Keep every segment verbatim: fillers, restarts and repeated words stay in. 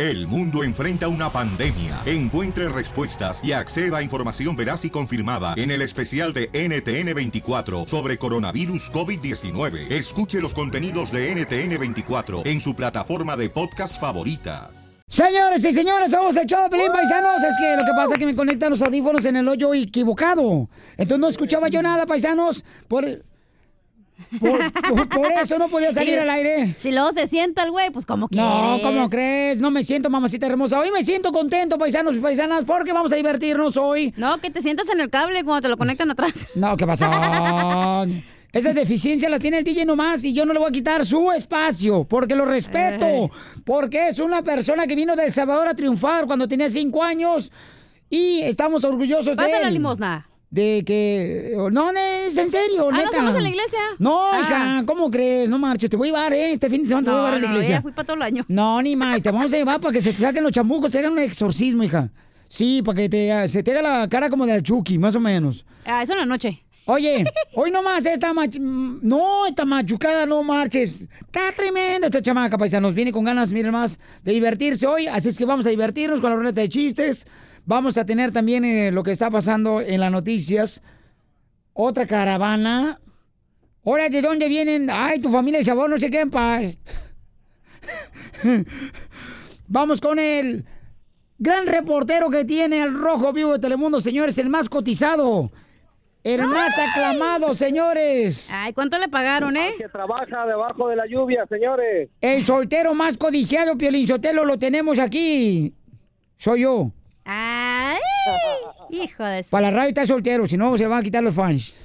El mundo enfrenta una pandemia. Encuentre respuestas y acceda a información veraz y confirmada en el especial de N T N veinticuatro sobre coronavirus COVID diecinueve. Escuche los contenidos de N T N veinticuatro en su plataforma de podcast favorita. Señores y señores, somos el show de Pelín, paisanos. Es que lo que pasa es que me conectan los audífonos en el hoyo equivocado. Entonces no escuchaba yo nada, paisanos. Por... Por, por, por eso no podía salir al aire. Si luego se sienta el güey, pues ¿cómo quieres? No, ¿cómo crees? No me siento, mamacita hermosa. Hoy me siento contento, paisanos y paisanas, porque vamos a divertirnos hoy. No, que te sientas en el cable cuando te lo conectan atrás. No, ¿qué pasó? Esa deficiencia la tiene el D J nomás y yo no le voy a quitar su espacio, porque lo respeto, porque es una persona que vino de El Salvador a triunfar cuando tenía cinco años y estamos orgullosos de él. Pasa la limosna. De que... No, es en serio, ah, neta. ¿no estamos en la iglesia? No, ah. hija, ¿cómo crees? No marches, te voy a llevar, ¿eh? Este fin de semana te no, voy a llevar a la no, iglesia. ya fui para todo el año. No, ni más, te vamos a llevar para que se te saquen los chamucos, te hagan un exorcismo, hija. Sí, para que te, se te haga la cara como de al Chucky, más o menos. Ah, eso en la noche. Oye, hoy nomás esta mach... No, esta machucada, no marches. Está tremenda esta chamaca, paisanos. Viene con ganas, miren más, de divertirse hoy. Así es que vamos a divertirnos con la ruleta de chistes. Vamos a tener también eh, lo que está pasando en las noticias. Otra caravana. Ahora, ¿de dónde vienen? Ay, tu familia de sabor no se queda en paz. Vamos con el gran reportero que tiene el Rojo Vivo de Telemundo, señores, el más cotizado, el ¡ay! Más aclamado, señores. Ay, ¿cuánto le pagaron, eh? Que trabaja debajo de la lluvia, señores. El soltero más codiciado, Piolín Sotelo, lo tenemos aquí. Soy yo. Ay, hijo de... Para la radio está soltero, si no se van a quitar los fans.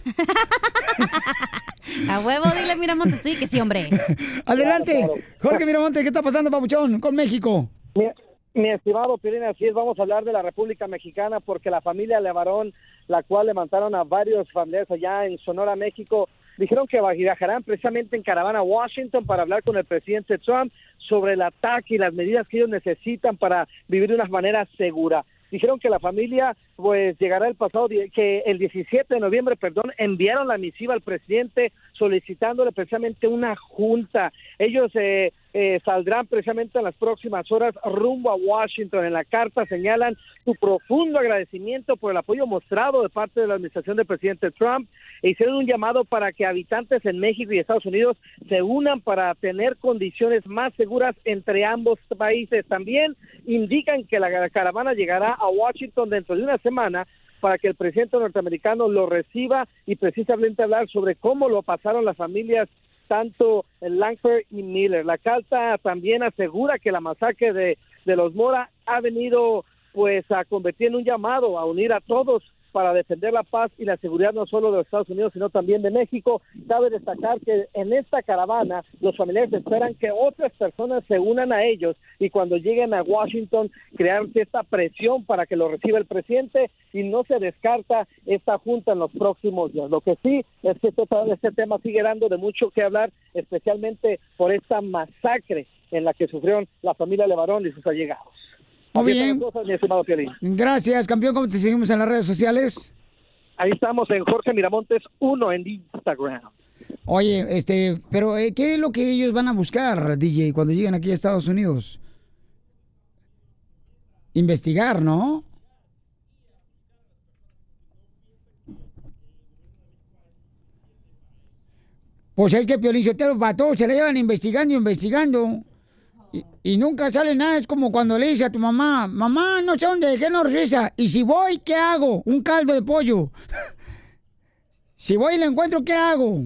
A huevo, dile Miramontes, tú y que sí, hombre. Adelante, claro, claro. Jorge Miramontes, ¿qué está pasando, papuchón, con México? Mi, mi estimado Piolín, así es, vamos a hablar de la República Mexicana porque la familia Levarón, la cual levantaron a varios familiares allá en Sonora, México, dijeron que viajarán precisamente en caravana a Washington para hablar con el presidente Trump sobre el ataque y las medidas que ellos necesitan para vivir de una manera segura. Dijeron que la familia pues llegará el pasado que el diecisiete de noviembre, perdón, enviaron la misiva al presidente solicitándole precisamente una junta. Ellos eh, eh, saldrán precisamente en las próximas horas rumbo a Washington. En la carta señalan su profundo agradecimiento por el apoyo mostrado de parte de la administración del presidente Trump e hicieron un llamado para que habitantes en México y Estados Unidos se unan para tener condiciones más seguras entre ambos países. También indican que la caravana llegará a Washington dentro de una semana para que el presidente norteamericano lo reciba y precisamente hablar sobre cómo lo pasaron las familias tanto Langford y Miller. La carta también asegura que la masacre de, de los Mora ha venido pues a convertir en un llamado a unir a todos para defender la paz y la seguridad no solo de los Estados Unidos, sino también de México. Cabe destacar que en esta caravana los familiares esperan que otras personas se unan a ellos y cuando lleguen a Washington crear esta presión para que lo reciba el presidente y no se descarta esta junta en los próximos días. Lo que sí es que este, este tema sigue dando de mucho que hablar, especialmente por esta masacre en la que sufrieron la familia Levarón y sus allegados. Muy bien. Cosas, mi estimado Piolín. Gracias, campeón. ¿Cómo te seguimos en las redes sociales? Ahí estamos en Jorge Miramontes uno en Instagram. Oye, este, pero eh, ¿qué es lo que ellos van a buscar, D J, cuando lleguen aquí a Estados Unidos? Investigar, ¿no? Pues es que Piolín Sotelo para todos se le llevan investigando y investigando. Y, y nunca sale nada. Es como cuando le dices a tu mamá, mamá, no sé dónde dejé una risa. Y si voy, ¿qué hago? Un caldo de pollo. Si voy y lo encuentro, ¿qué hago?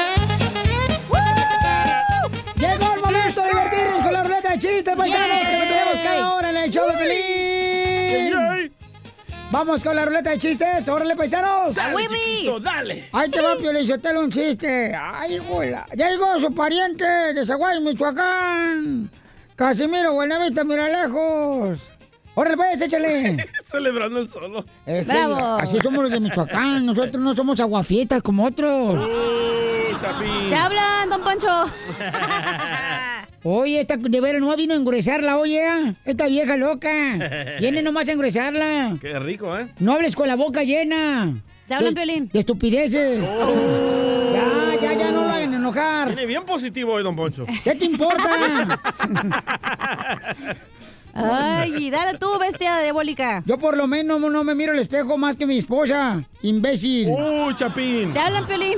Llegó el momento de divertirnos con la ruleta de chistes, paisanos, que lo tenemos cada hora en el show de Pelín. Vamos con la ruleta de chistes. ¡Órale, paisanos! ¡Dale, chiquito, dale! Ahí te va, Piolín Sotelo, un chiste. ¡Ay, güey! Ya llegó su pariente de Zaguay, Michoacán. Casimiro Buenavista, mira lejos. ¡Órale, pues, échale! Celebrando el solo. Es que ¡Bravo! Así somos los de Michoacán. Nosotros no somos aguafiestas como otros. ¡Uh, Chapín! ¡Te hablan, don Poncho! Oye, esta de veras no vino a engruesarla, oye. Esta vieja loca. Viene nomás a engruesarla. Qué rico, ¿eh? No hables con la boca llena. ¿Te hablan, de, Piolín? De estupideces. Oh. Ya, ya, ya, no lo hagan enojar. Viene bien positivo hoy, don Poncho. ¿Qué te importa? Ay, dale tú, bestia diabólica. Yo por lo menos no me miro al espejo más que mi esposa, imbécil. ¡Uy, Chapín! Te hablan, Piolín.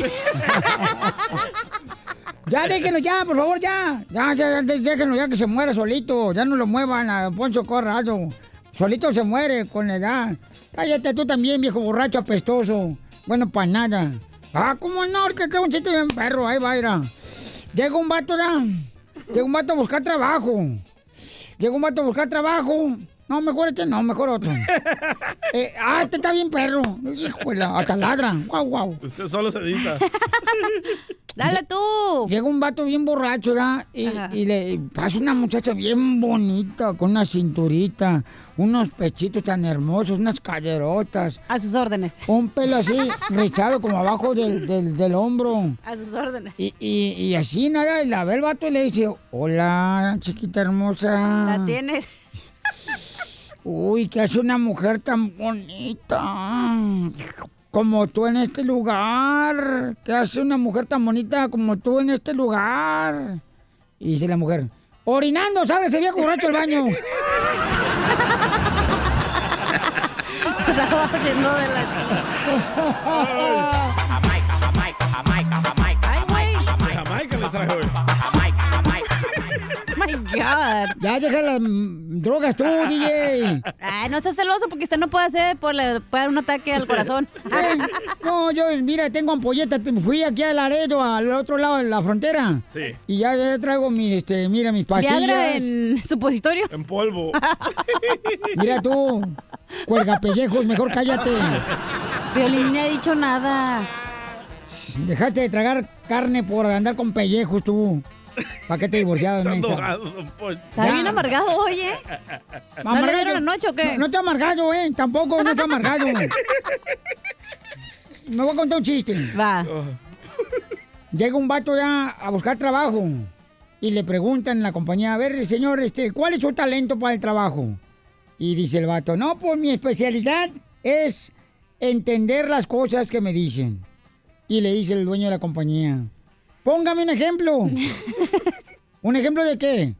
Ya déjenlo ya, por favor, ya. Ya, ya, ya, déjenlo ya que se muera solito. Ya no lo muevan a Poncho Corrado. Solito se muere con la edad. Cállate tú también, viejo borracho apestoso. Bueno, para nada. Ah, ¿cómo no? Ahorita tengo un chiste bien perro. Ahí va, mira. Llega un vato, ya. Llega un vato a buscar trabajo. Llega un vato a buscar trabajo. No, mejor este no, mejor otro. Eh, ah, este está bien perro. Híjole, hasta ladra. Guau, guau. Usted solo se edita. Dale tú. Llega un vato bien borracho, ¿verdad? Y, y le pasa una muchacha bien bonita, con una cinturita, unos pechitos tan hermosos, unas caderotas. A sus órdenes. Un pelo así, rizado como abajo del, del, del hombro. A sus órdenes. Y, y, y así nada, y la ve el vato y le dice, hola, chiquita hermosa. La tienes. Uy, ¿qué hace una mujer tan bonita como tú en este lugar? ¿Qué hace una mujer tan bonita como tú en este lugar? Y dice la mujer, orinando, ¿sabes? Ese viejo borracho al baño. Estaba haciendo de la... Jamaica, Jamaica, Jamaica, Jamaica. Ay, güey. Jamaica le traje hoy. Oh my God. Ya deja las mm, drogas tú, D J. Ay, no seas celoso porque usted no puede hacer por le puede dar un ataque al corazón. Eh, no, yo, mira, tengo ampolleta. Fui aquí a Laredo, al otro lado de la frontera. Sí. Y ya, ya traigo mi, este, mira, mis pastillas. Viagra en supositorio. En polvo. Mira tú, cuelgapellejos, mejor cállate. Violín no ha dicho nada. Dejaste de tragar carne por andar con pellejos tú. ¿Para qué te divorciabas, mensa? Está bien amargado hoy, ¿eh? ¿No le dieron la noche o qué? No, no te amargado, ¿eh? Tampoco, no te amargado. Me voy a contar un chiste. Va. Llega un vato ya a buscar trabajo y le preguntan en la compañía, a ver, señor, este, ¿cuál es su talento para el trabajo? Y dice el vato, no, pues mi especialidad es entender las cosas que me dicen. Y le dice el dueño de la compañía, póngame un ejemplo. ¿Un ejemplo de qué?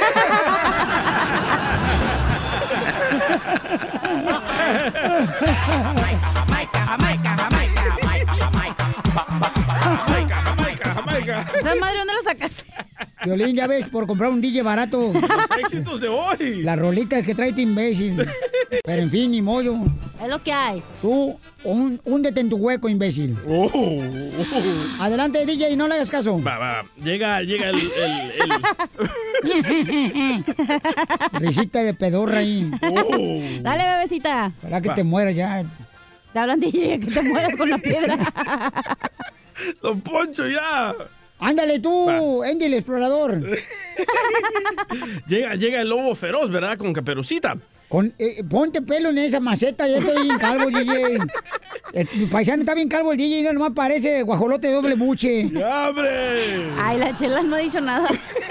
Jamaica, Jamaica, Jamaica, Jamaica, Jamaica, Jamaica, Jamaica. ¿Esa madre dónde la sacaste? Violín, ya ves, por comprar un D J barato. Los éxitos de hoy. La rolita que trae este imbécil. Pero en fin, ni modo. Es lo que hay. Tú, un, húndete en tu hueco, imbécil. Oh, oh. Adelante, D J, no le hagas caso. Va, va. Llega, llega el... el, el... Risita de pedorra ahí. Oh. Dale, bebecita. Para que Va. te mueras ya. Te hablan de que te mueras con la piedra. Don Poncho, ya. Ándale tú, Andy el explorador. Llega, llega el lobo feroz, ¿verdad? Con Caperucita. Con, eh, ponte pelo en esa maceta, ya estoy bien calvo, D J. El paisano está bien calvo el D J, no nomás parece guajolote de doble buche. ¡Ya, hombre! Ay, la Chela no ha dicho nada.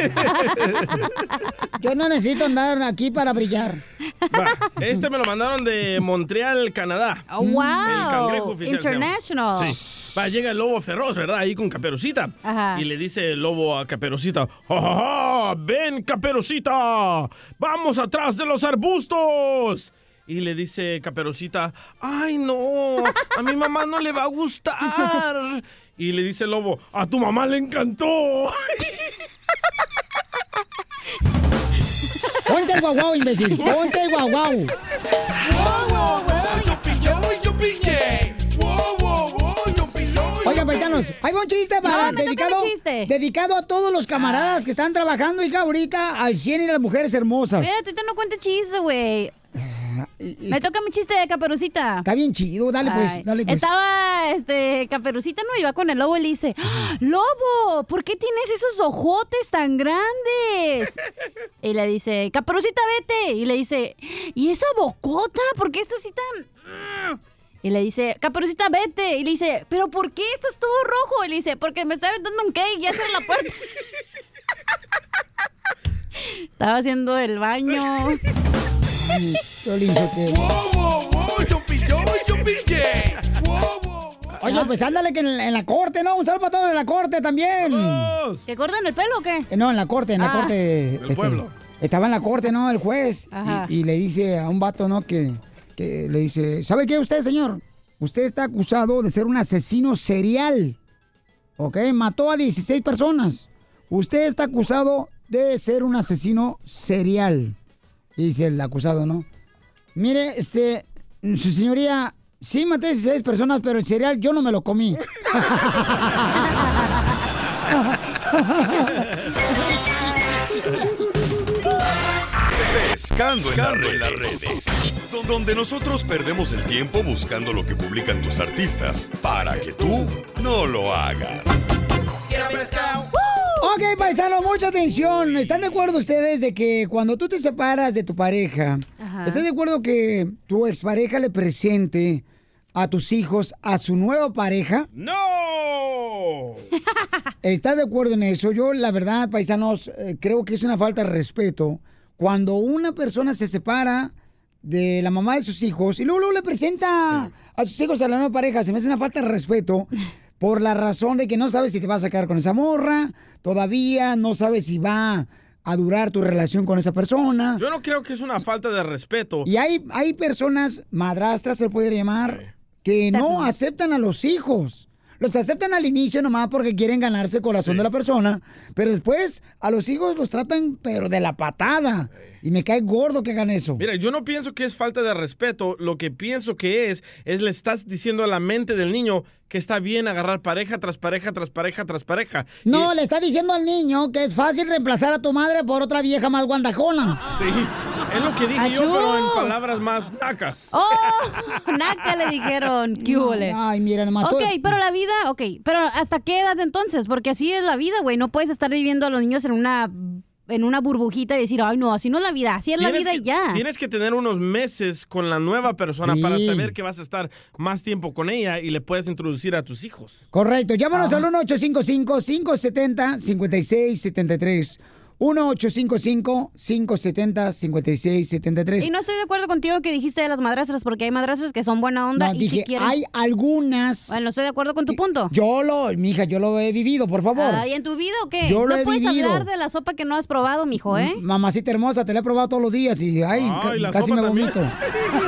Yo no necesito andar aquí para brillar. Va, este me lo mandaron de Montreal, Canadá. Oh, wow. El cangrejo oficial se llama. International. Sí. Va, llega el lobo feroz, ¿verdad? Ahí con Caperucita. Ajá. Y le dice el lobo a Caperucita, ¡Ja, ja, ja! ¡Ven, Caperucita! ¡Vamos atrás de los arbustos! Y le dice Caperucita, ¡ay, no! A mi mamá no le va a gustar. Y le dice el lobo, ¡a tu mamá le encantó! Ponte el guau guau, imbécil. Ponte el guau guau. Oiga, paisanos, hay un chiste para No, no dedicado, tengo chiste. dedicado a todos los camaradas que están trabajando, hija, ahorita al cien y las mujeres hermosas. Mira, tú no cuentes chiste, güey. Y- y- Me toca mi chiste de Caperucita. Está bien chido, dale pues, Ay, dale pues. Estaba, este, Caperucita, ¿no? Iba con el lobo y le dice, ¡Ah, Lobo, ¿por qué tienes esos ojotes tan grandes? Y le dice, Caperucita, vete. Y le dice, ¿y esa bocota? ¿Por qué estás así tan...? Y le dice, Caperucita, vete. Y le dice, ¿pero por qué estás todo rojo? Y le dice, porque me está aventando un cake y ya cierra la puerta. Estaba haciendo el baño. Ay, Piolín Sotelo. Oye, pues ándale que en, en la corte, ¿no? Un saludo para todos de la corte también. ¡Vamos! ¿Que cortan el pelo o qué? Eh, No, en la corte, en la Ah. corte. Del pueblo. estaba en la corte, ¿no? El juez. Ajá. Y, y le dice a un vato, ¿no? Que, que le dice, ¿sabe qué usted, señor? Usted está acusado de ser un asesino serial. ¿Ok? Mató a dieciséis personas. Usted está acusado de ser un asesino serial. Y dice el acusado, ¿no? Mire, este, su señoría, sí maté a dieciséis personas, pero el cereal yo no me lo comí. Pescando en las redes, donde nosotros perdemos el tiempo buscando lo que publican tus artistas, para que tú no lo hagas. Ok, paisano, mucha atención. ¿Están de acuerdo ustedes de que cuando tú te separas de tu pareja, Ajá. ¿estás de acuerdo que tu expareja le presente a tus hijos a su nueva pareja? ¡No! ¿Estás de acuerdo en eso? Yo, la verdad, paisanos, eh, creo que es una falta de respeto cuando una persona se separa de la mamá de sus hijos y luego, luego le presenta a sus hijos a la nueva pareja. Se me hace una falta de respeto por la razón de que no sabes si te vas a quedar con esa morra, todavía no sabes si va a durar tu relación con esa persona. Yo no creo que es una falta de respeto. Y hay, hay personas, madrastras se puede llamar, que no aceptan a los hijos. Los aceptan al inicio nomás porque quieren ganarse el corazón Sí. de la persona, pero después a los hijos los tratan pero de la patada. Y me cae gordo que hagan eso. Mira, yo no pienso que es falta de respeto. Lo que pienso que es, es le estás diciendo a la mente del niño que está bien agarrar pareja tras pareja, tras pareja, tras pareja. No, Y- le está diciendo al niño que es fácil reemplazar a tu madre por otra vieja más guandajona. Sí, es lo que dije ¡Achú! yo, pero en palabras más nacas. ¡Oh! Naca le dijeron. ¿Qué hule? Ay, mira, nomás. Ok, tú- pero la vida, ok, pero ¿hasta qué edad entonces? Porque así es la vida, güey. No puedes estar viviendo a los niños en una en una burbujita y decir, ay, no, así no es la vida, así es la Tienes vida que- y ya. Tienes que tener unos meses con la nueva persona Sí. para saber que vas a estar más tiempo con ella y le puedes introducir a tus hijos. Correcto. Llámanos al uno ocho cinco cinco, cinco siete cero, cinco seis siete tres. uno ocho cinco cinco, cinco siete cero, cinco seis siete tres. Y no estoy de acuerdo contigo que dijiste de las madrastras, porque hay madrastras que son buena onda No, y dije, si quieren... hay algunas. Bueno, estoy de acuerdo con tu punto. Yo lo, mija, yo lo he vivido, por favor. Ay, ¿en tu vida o qué? Yo lo no he puedes vivido. hablar de la sopa que no has probado, mijo, ¿eh? Mamacita hermosa, te la he probado todos los días y ay, Ay, ca- la casi sopa me también. vomito.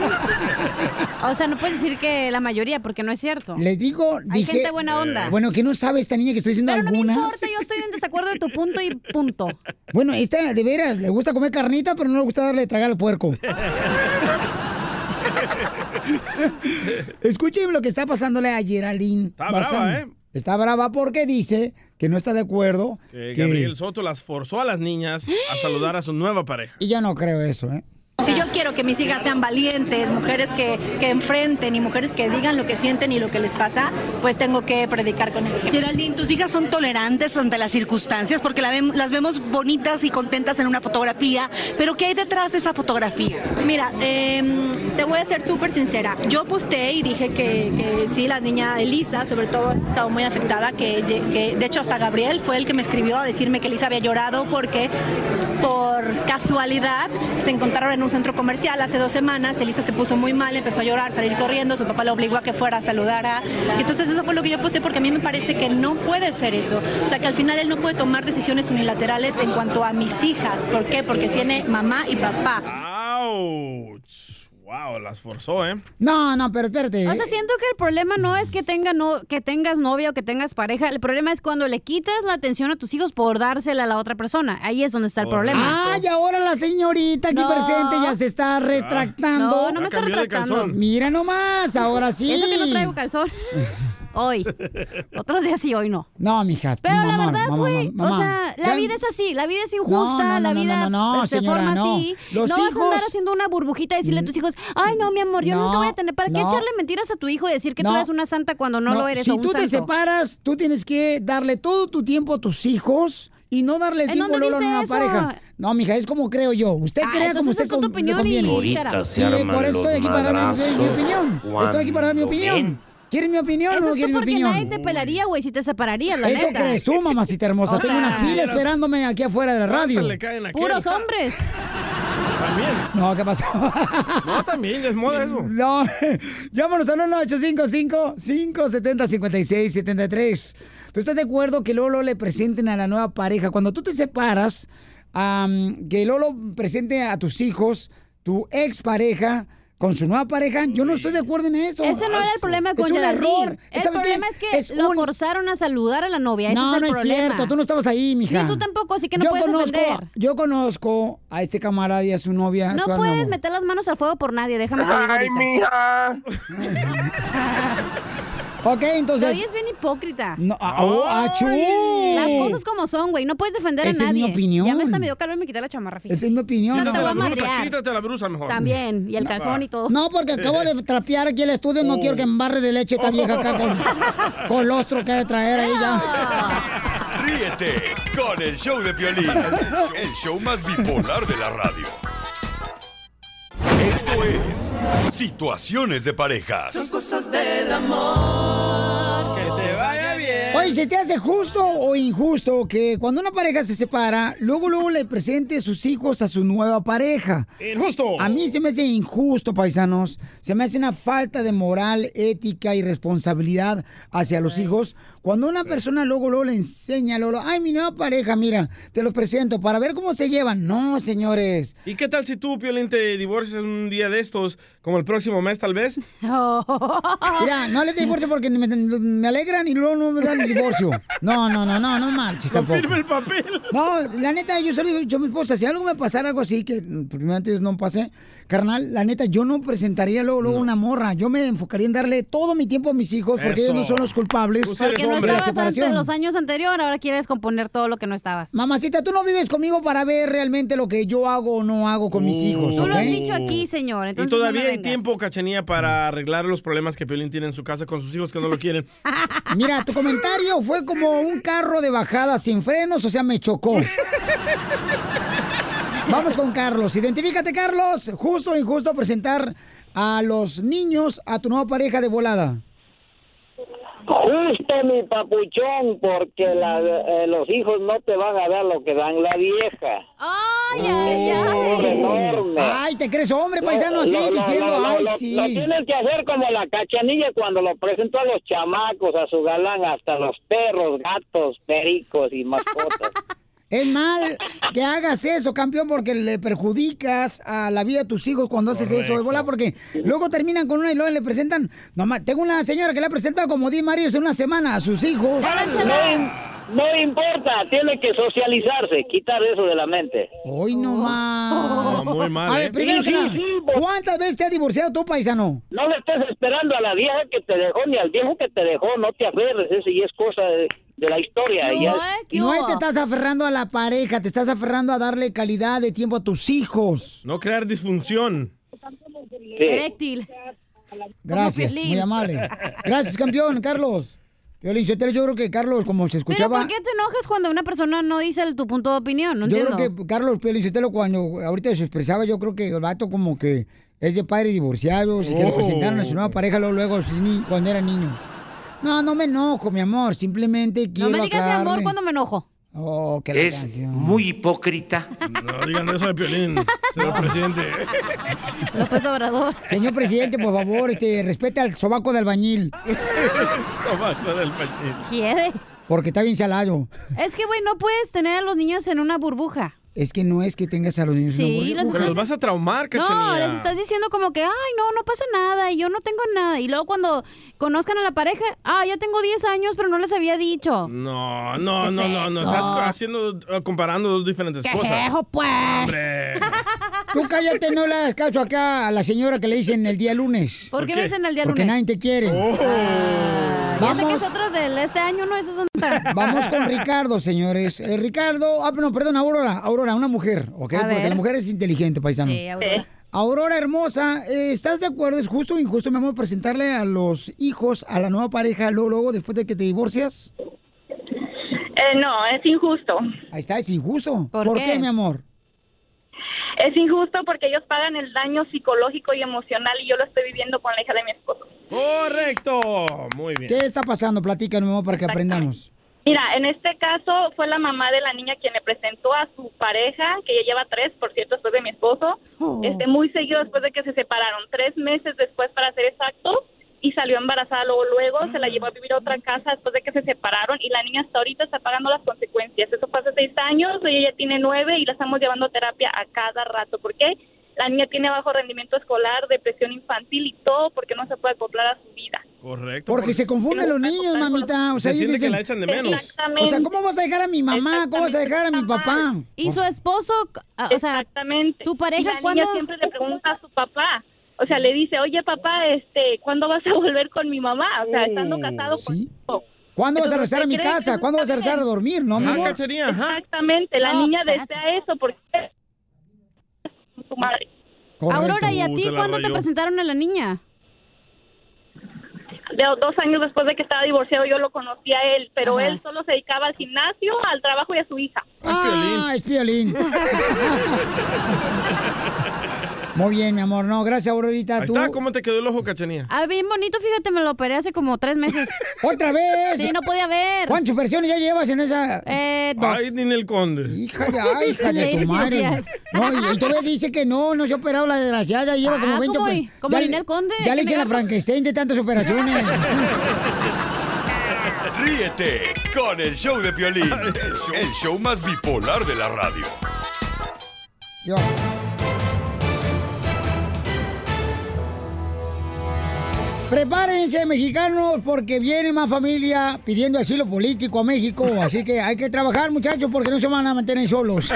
O sea, no puedes decir que la mayoría, porque no es cierto. Les digo, Hay dije. gente buena onda. Bueno, que no sabe esta niña que estoy diciendo Pero no me algunas. importa, yo estoy en desacuerdo de tu punto y punto. Bueno, esta de veras le gusta comer carnita, pero no le gusta darle de tragar al puerco. Escuchen lo que está pasándole a Geraldine. Está Bazán. brava, ¿eh? Está brava porque dice que no está de acuerdo. Que que- Gabriel Soto las forzó a las niñas a saludar a su nueva pareja. Y yo no creo eso, ¿eh? Si yo quiero que mis hijas sean valientes, mujeres que, que enfrenten y mujeres que digan lo que sienten y lo que les pasa, pues tengo que predicar con el ejemplo. Geraldine, ¿tus hijas son tolerantes ante las circunstancias? Porque la vem- las vemos bonitas y contentas en una fotografía, pero ¿qué hay detrás de esa fotografía? Mira, eh, te voy a ser súper sincera. Yo posteé y dije que, que sí, la niña Elisa, sobre todo, ha estado muy afectada, que, que de hecho hasta Gabriel fue el que me escribió a decirme que Elisa había llorado porque por casualidad se encontraron en un centro comercial hace dos semanas. Elisa se puso muy mal, empezó a llorar, salir corriendo, su papá le obligó a que fuera a saludar a... Y entonces eso fue lo que yo posteé, porque a mí me parece que no puede ser eso. O sea, que al final él no puede tomar decisiones unilaterales en cuanto a mis hijas. ¿Por qué? Porque tiene mamá y papá. ¡Auch! Wow, las forzó, ¿eh? No, no, pero espérate. O sea, siento que el problema no es que, tenga no, que tengas novia o que tengas pareja. El problema es cuando le quitas la atención a tus hijos por dársela a la otra persona. Ahí es donde está el Correcto. problema. Ay, ahora la señorita aquí No. presente ya se está retractando. No, no me Ya está cambió de retractando. calzón. Mira nomás, ahora sí. Eso que no traigo calzón. Hoy. Otros días sí, hoy no. No, mija. Pero mamá, la verdad, mamá, güey, mamá. o sea, la Ya- vida es así, la vida es injusta, No, no, no, la no, vida no, no, no, pues, se señora, forma no. así. Los no vas a andar hijos- haciendo una burbujita y decirle a tus hijos, ay, no, mi amor, yo No, nunca voy a tener. ¿Para qué no. echarle mentiras a tu hijo y decir que No. tú eres una santa cuando no, lo eres Si o un tú te santo? separas, tú tienes que darle todo tu tiempo a tus hijos y no darle el ¿En tiempo dónde Lolo, a dice una eso? pareja. No, mija, es como creo yo. Usted Ah, crea como entonces usted es con tu con- le opinión y- conviene. Ahorita Ahorita shut se Sí, arman por eso los estoy aquí para dar mi, mi madrazos opinión. Estoy aquí para dar mi cuando opinión. ven. ¿Quieres mi opinión Eso o no es quieres tú mi porque opinión? nadie te pelaría, güey, si te separarías, la Eso neta. crees tú, mamacita hermosa. O Tengo sea, una fila eras- esperándome aquí afuera de la radio. ¿Cuántas le caen a aquel? Puros hombres. También. No, ¿qué pasó? No, también, es moda eso. No, llámanos al uno ocho cinco cinco, cinco siete cero, cinco seis siete tres. ¿Tú estás de acuerdo que Lolo le presenten a la nueva pareja? Cuando tú te separas, um, que Lolo presente a tus hijos, tu expareja, con su nueva pareja, yo no estoy de acuerdo en eso. Ese no era el problema con es un Geraldine. error. El ¿Sabes problema qué? es que Es lo un- forzaron a saludar a la novia. Ese No, es el no es problema. cierto, tú no estabas ahí, mija. Ni tú tampoco, así que no yo puedes conozco, defender. Yo conozco a este camarada y a su novia. No actual, mi puedes amor. meter las manos al fuego por nadie, déjame te digo Ay, ahorita. mija. Ok, entonces... Te oyes bien hipócrita. No, ah, oh, achú. Las cosas como son, güey. No puedes defender Esa a es mi nadie. opinión. Ya me está medio calor y me quité la chamarra, fíjate. Esa es mi opinión. No, te Quítate voy la a blusa, madrear. quítate la blusa mejor. También, y el calzón y todo. No, porque acabo de trapear aquí el estudio. No Oh. quiero que me embarre de leche esta vieja acá con colostro que ha de traer ahí ya. Ríete con el show de Piolín, el show más bipolar de la radio. Esto es Situaciones de Parejas. Cosas del amor. Que te vaya bien. Oye, ¿se te hace justo o injusto que cuando una pareja se separa, luego, luego le presente sus hijos a su nueva pareja? Injusto. A mí se me hace injusto, paisanos. Se me hace una falta de moral, ética y responsabilidad hacia los hijos. Cuando una persona luego, luego le enseña, luego, ay, mi nueva pareja, mira, te los presento para ver cómo se llevan. No, señores. ¿Y qué tal si tú, Piolín, te divorcias un día de estos, como el próximo mes tal vez? Mira, no les divorcio porque me, me alegran y luego no me dan el divorcio. No, no, no, no, no marches No tampoco. firme el papel. No, la neta, yo solo digo, yo a mi esposa, si algo me pasara algo así, que primeramente Dios no pase, carnal, la neta, yo no presentaría luego, luego una morra. Yo me enfocaría en darle todo mi tiempo a mis hijos porque Eso. ellos no son los culpables Tú sí eres Porque no de la estabas antes separación. en los años anteriores, ahora quieres componer todo lo que no estabas. Mamacita, tú no vives conmigo para ver realmente lo que yo hago o no hago con mis Uh. hijos, Tú ¿ok? lo has dicho aquí, señor. Y Entonces todavía no me hay vengas. tiempo, Cachanía, para arreglar los problemas que Piolín tiene en su casa con sus hijos que no lo quieren. Mira, tu comentario fue como un carro de bajada sin frenos, o sea, me chocó. Vamos con Carlos. Identifícate, Carlos. Justo o injusto presentar a los niños a tu nueva pareja de volada. Justo, mi papuchón, porque la- eh, los hijos no te van a dar lo que dan la vieja. ¡Ay, ay, Es ay! enorme. Ay, te crees hombre, paisano, así, Lo- lo- diciendo, lo- lo- ay, lo- sí. Lo tienes que hacer como la Cachanilla cuando lo presentó a los chamacos, a su galán, hasta los perros, gatos, pericos y mascotas. Es mal que hagas eso, campeón, porque le perjudicas a la vida de tus hijos cuando haces eso de volada, porque luego terminan con una y luego le presentan. Nomás, tengo una señora que le ha presentado como diez maridos en una semana a sus hijos. No, im- no importa, tiene que socializarse, quitar eso de la mente. Hoy no más. No, muy mal, A ¿eh? ver, primero que Sí, nada, sí, pues. ¿cuántas veces te has divorciado tú, paisano? No le estés esperando a la vieja que te dejó ni al viejo que te dejó, no te aferres, eso ya es cosa de, de la historia. ¿Qué ya- hubo, eh? ¿Qué No hubo? te estás aferrando a la pareja, te estás aferrando a darle calidad de tiempo a tus hijos. No crear disfunción. sí. Eréctil. Gracias, Piolín. muy amable. Gracias, campeón, Carlos. Piolín Sotelo, yo creo que Carlos, como se Pero escuchaba... ¿por qué te enojas cuando una persona no dice el- tu punto de opinión? No Yo entiendo. creo que Carlos Piolín Sotelo, cuando ahorita se expresaba, yo creo que el vato como que es de padres divorciados y que le Oh. presentaron a su nueva pareja luego, luego sí, ni- cuando era niño. No, no me enojo, mi amor, simplemente quiero No me digas mi amor aclararle. cuando me enojo. Oh, que la Es canción. muy hipócrita. No digan eso de Piolín, señor presidente. López Obrador. Señor presidente, por favor, este, respete al sobaco de albañil, Sobaco del pañil. Quiere. porque está bien salado. Es que, güey, no puedes tener a los niños en una burbuja. Es que no es que tengas a los niños en Sí, una burbuja. los Pero los vas a traumar, Cachanilla. No, les estás diciendo como que, ay, no, no pasa nada, y yo no tengo nada. Y luego cuando conozcan a la pareja, ah, ya tengo diez años, pero no les había dicho. No, no, ¿Qué no, es no, no. eso? Estás haciendo, eh, comparando dos diferentes ¡Qué cosas. jejo, pues! Hombre. Tú cállate, no le hagas caso acá a la señora que le dicen el día lunes. ¿Por ¿Por qué qué? me dicen el día Porque lunes? nadie te quiere. Oh. Ya sé que Vamos. es otros del este año, ¿no? Esos son tan... Vamos con Ricardo, señores. Eh, Ricardo, ah, no, perdón, Aurora, Aurora, una mujer, ¿ok? A Porque ver. la mujer es inteligente, paisanos. Sí, Aurora. Aurora hermosa, eh, ¿estás de acuerdo? ¿Es justo o injusto, mi amor, presentarle a los hijos a la nueva pareja luego, luego después de que te divorcias? Eh, no, es injusto. Ahí está, es injusto. ¿Por qué? qué? mi amor? Es injusto porque ellos pagan el daño psicológico y emocional y yo lo estoy viviendo con la hija de mi esposo. Correcto. Muy bien. ¿Qué está pasando? Platícanos, mi amor, para que aprendamos. Mira, en este caso fue la mamá de la niña quien le presentó a su pareja, que ella lleva tres, por cierto, después de mi esposo, Oh. este, muy seguido después de que se separaron, tres meses después para ser exactos, y salió embarazada luego, luego se la llevó a vivir a otra casa después de que se separaron y la niña hasta ahorita está pagando las consecuencias. Eso fue hace seis años, ella ya tiene nueve y la estamos llevando a terapia a cada rato. ¿Por qué? La niña tiene bajo rendimiento escolar, depresión infantil y todo porque no se puede acoplar a su vida. Correcto. Porque se confunden los niños, mamita. O sea, se ellos siente dicen, que la echan de menos. O sea, ¿cómo vas a dejar a mi mamá? ¿Cómo vas a dejar a mi papá? Y su esposo, o sea, exactamente. tu pareja, y la ¿cuándo? niña siempre le pregunta a su papá. O sea, le dice, oye, papá, este, ¿cuándo vas a volver con mi mamá? O sea, estando casado ¿sí? con... ¿Cuándo vas a Entonces, regresar a mi ¿usted cree casa? que ¿Cuándo vas a está regresar a bien? dormir? ¿No, mi Ah, amor? Cachanilla, ajá. Exactamente, la No, niña espérate. desea eso porque su madre. Correcto. Aurora, ¿y a Uh, ti te la cuándo te rayó. presentaron a la niña? De dos años después de que estaba divorciado yo lo conocí a él, pero Ajá. él solo se dedicaba al gimnasio, al trabajo y a su hija. Ah, es Piolín. Muy bien, mi amor. No, gracias, Aurorita. Ahí ¿Tú? está, ¿cómo te quedó el ojo, Cachanilla? Ah, bien bonito, fíjate, me lo operé hace como tres meses. ¿Otra vez? Sí, no podía ver. ¿Cuántas versiones ya llevas en esa? Eh, dos. Ay, ni en el conde. Hija de, ay, hija de Lady tu madre. cirugías. No, y, y todavía dice que no, no se ha operado la desgraciada, lleva Ah, como veinte. ¿cómo oper- y- como ya, Ninel Conde? ya le ¿Qué hice la negarlo? Frankenstein de tantas operaciones. Ríete con el show de Piolín, el show, el show más bipolar de la radio. Yo. Prepárense, mexicanos, porque viene más familia pidiendo asilo político a México. Así que hay que trabajar, muchachos, porque no se van a mantener solos.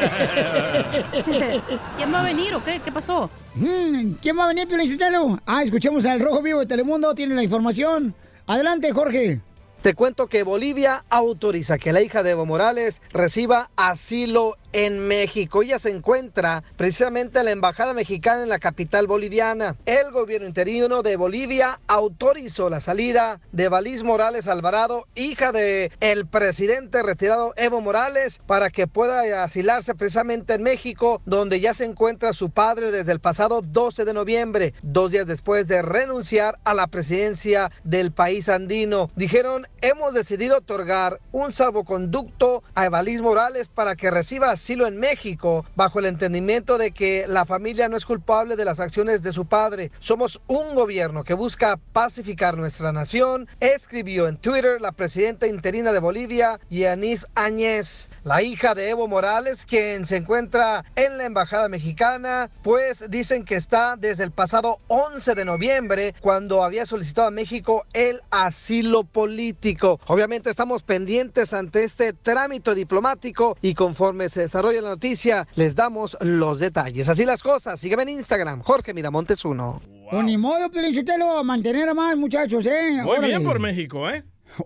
¿Quién va a venir o qué? ¿Qué pasó? Mm, ¿Quién va a venir, Piolín Sotelo? Ah, escuchemos al Rojo Vivo de Telemundo, tiene la información. Adelante, Jorge. Te cuento que Bolivia autoriza que la hija de Evo Morales reciba asilo en México. Ella se encuentra precisamente en la embajada mexicana en la capital boliviana. El gobierno interino de Bolivia autorizó la salida de Valiz Morales Alvarado, hija de el presidente retirado Evo Morales, para que pueda asilarse precisamente en México, donde ya se encuentra su padre desde el pasado doce de noviembre, dos días después de renunciar a la presidencia del país andino. Dijeron, hemos decidido otorgar un salvoconducto a Valiz Morales para que reciba asilo en México, bajo el entendimiento de que la familia no es culpable de las acciones de su padre. Somos un gobierno que busca pacificar nuestra nación, escribió en Twitter la presidenta interina de Bolivia, Yanis Áñez. La hija de Evo Morales, quien se encuentra en la embajada mexicana, pues dicen que está desde el pasado once de noviembre, cuando había solicitado a México el asilo político. Obviamente estamos pendientes ante este trámite diplomático y conforme se desarrolla la noticia, les damos los detalles. Así las cosas. Sígueme en Instagram, Jorge Miramontes uno. Pues ni modo, Piolín Sotelo, a mantener a más, muchachos, ¿eh? Muy Órale. bien por México, ¿eh?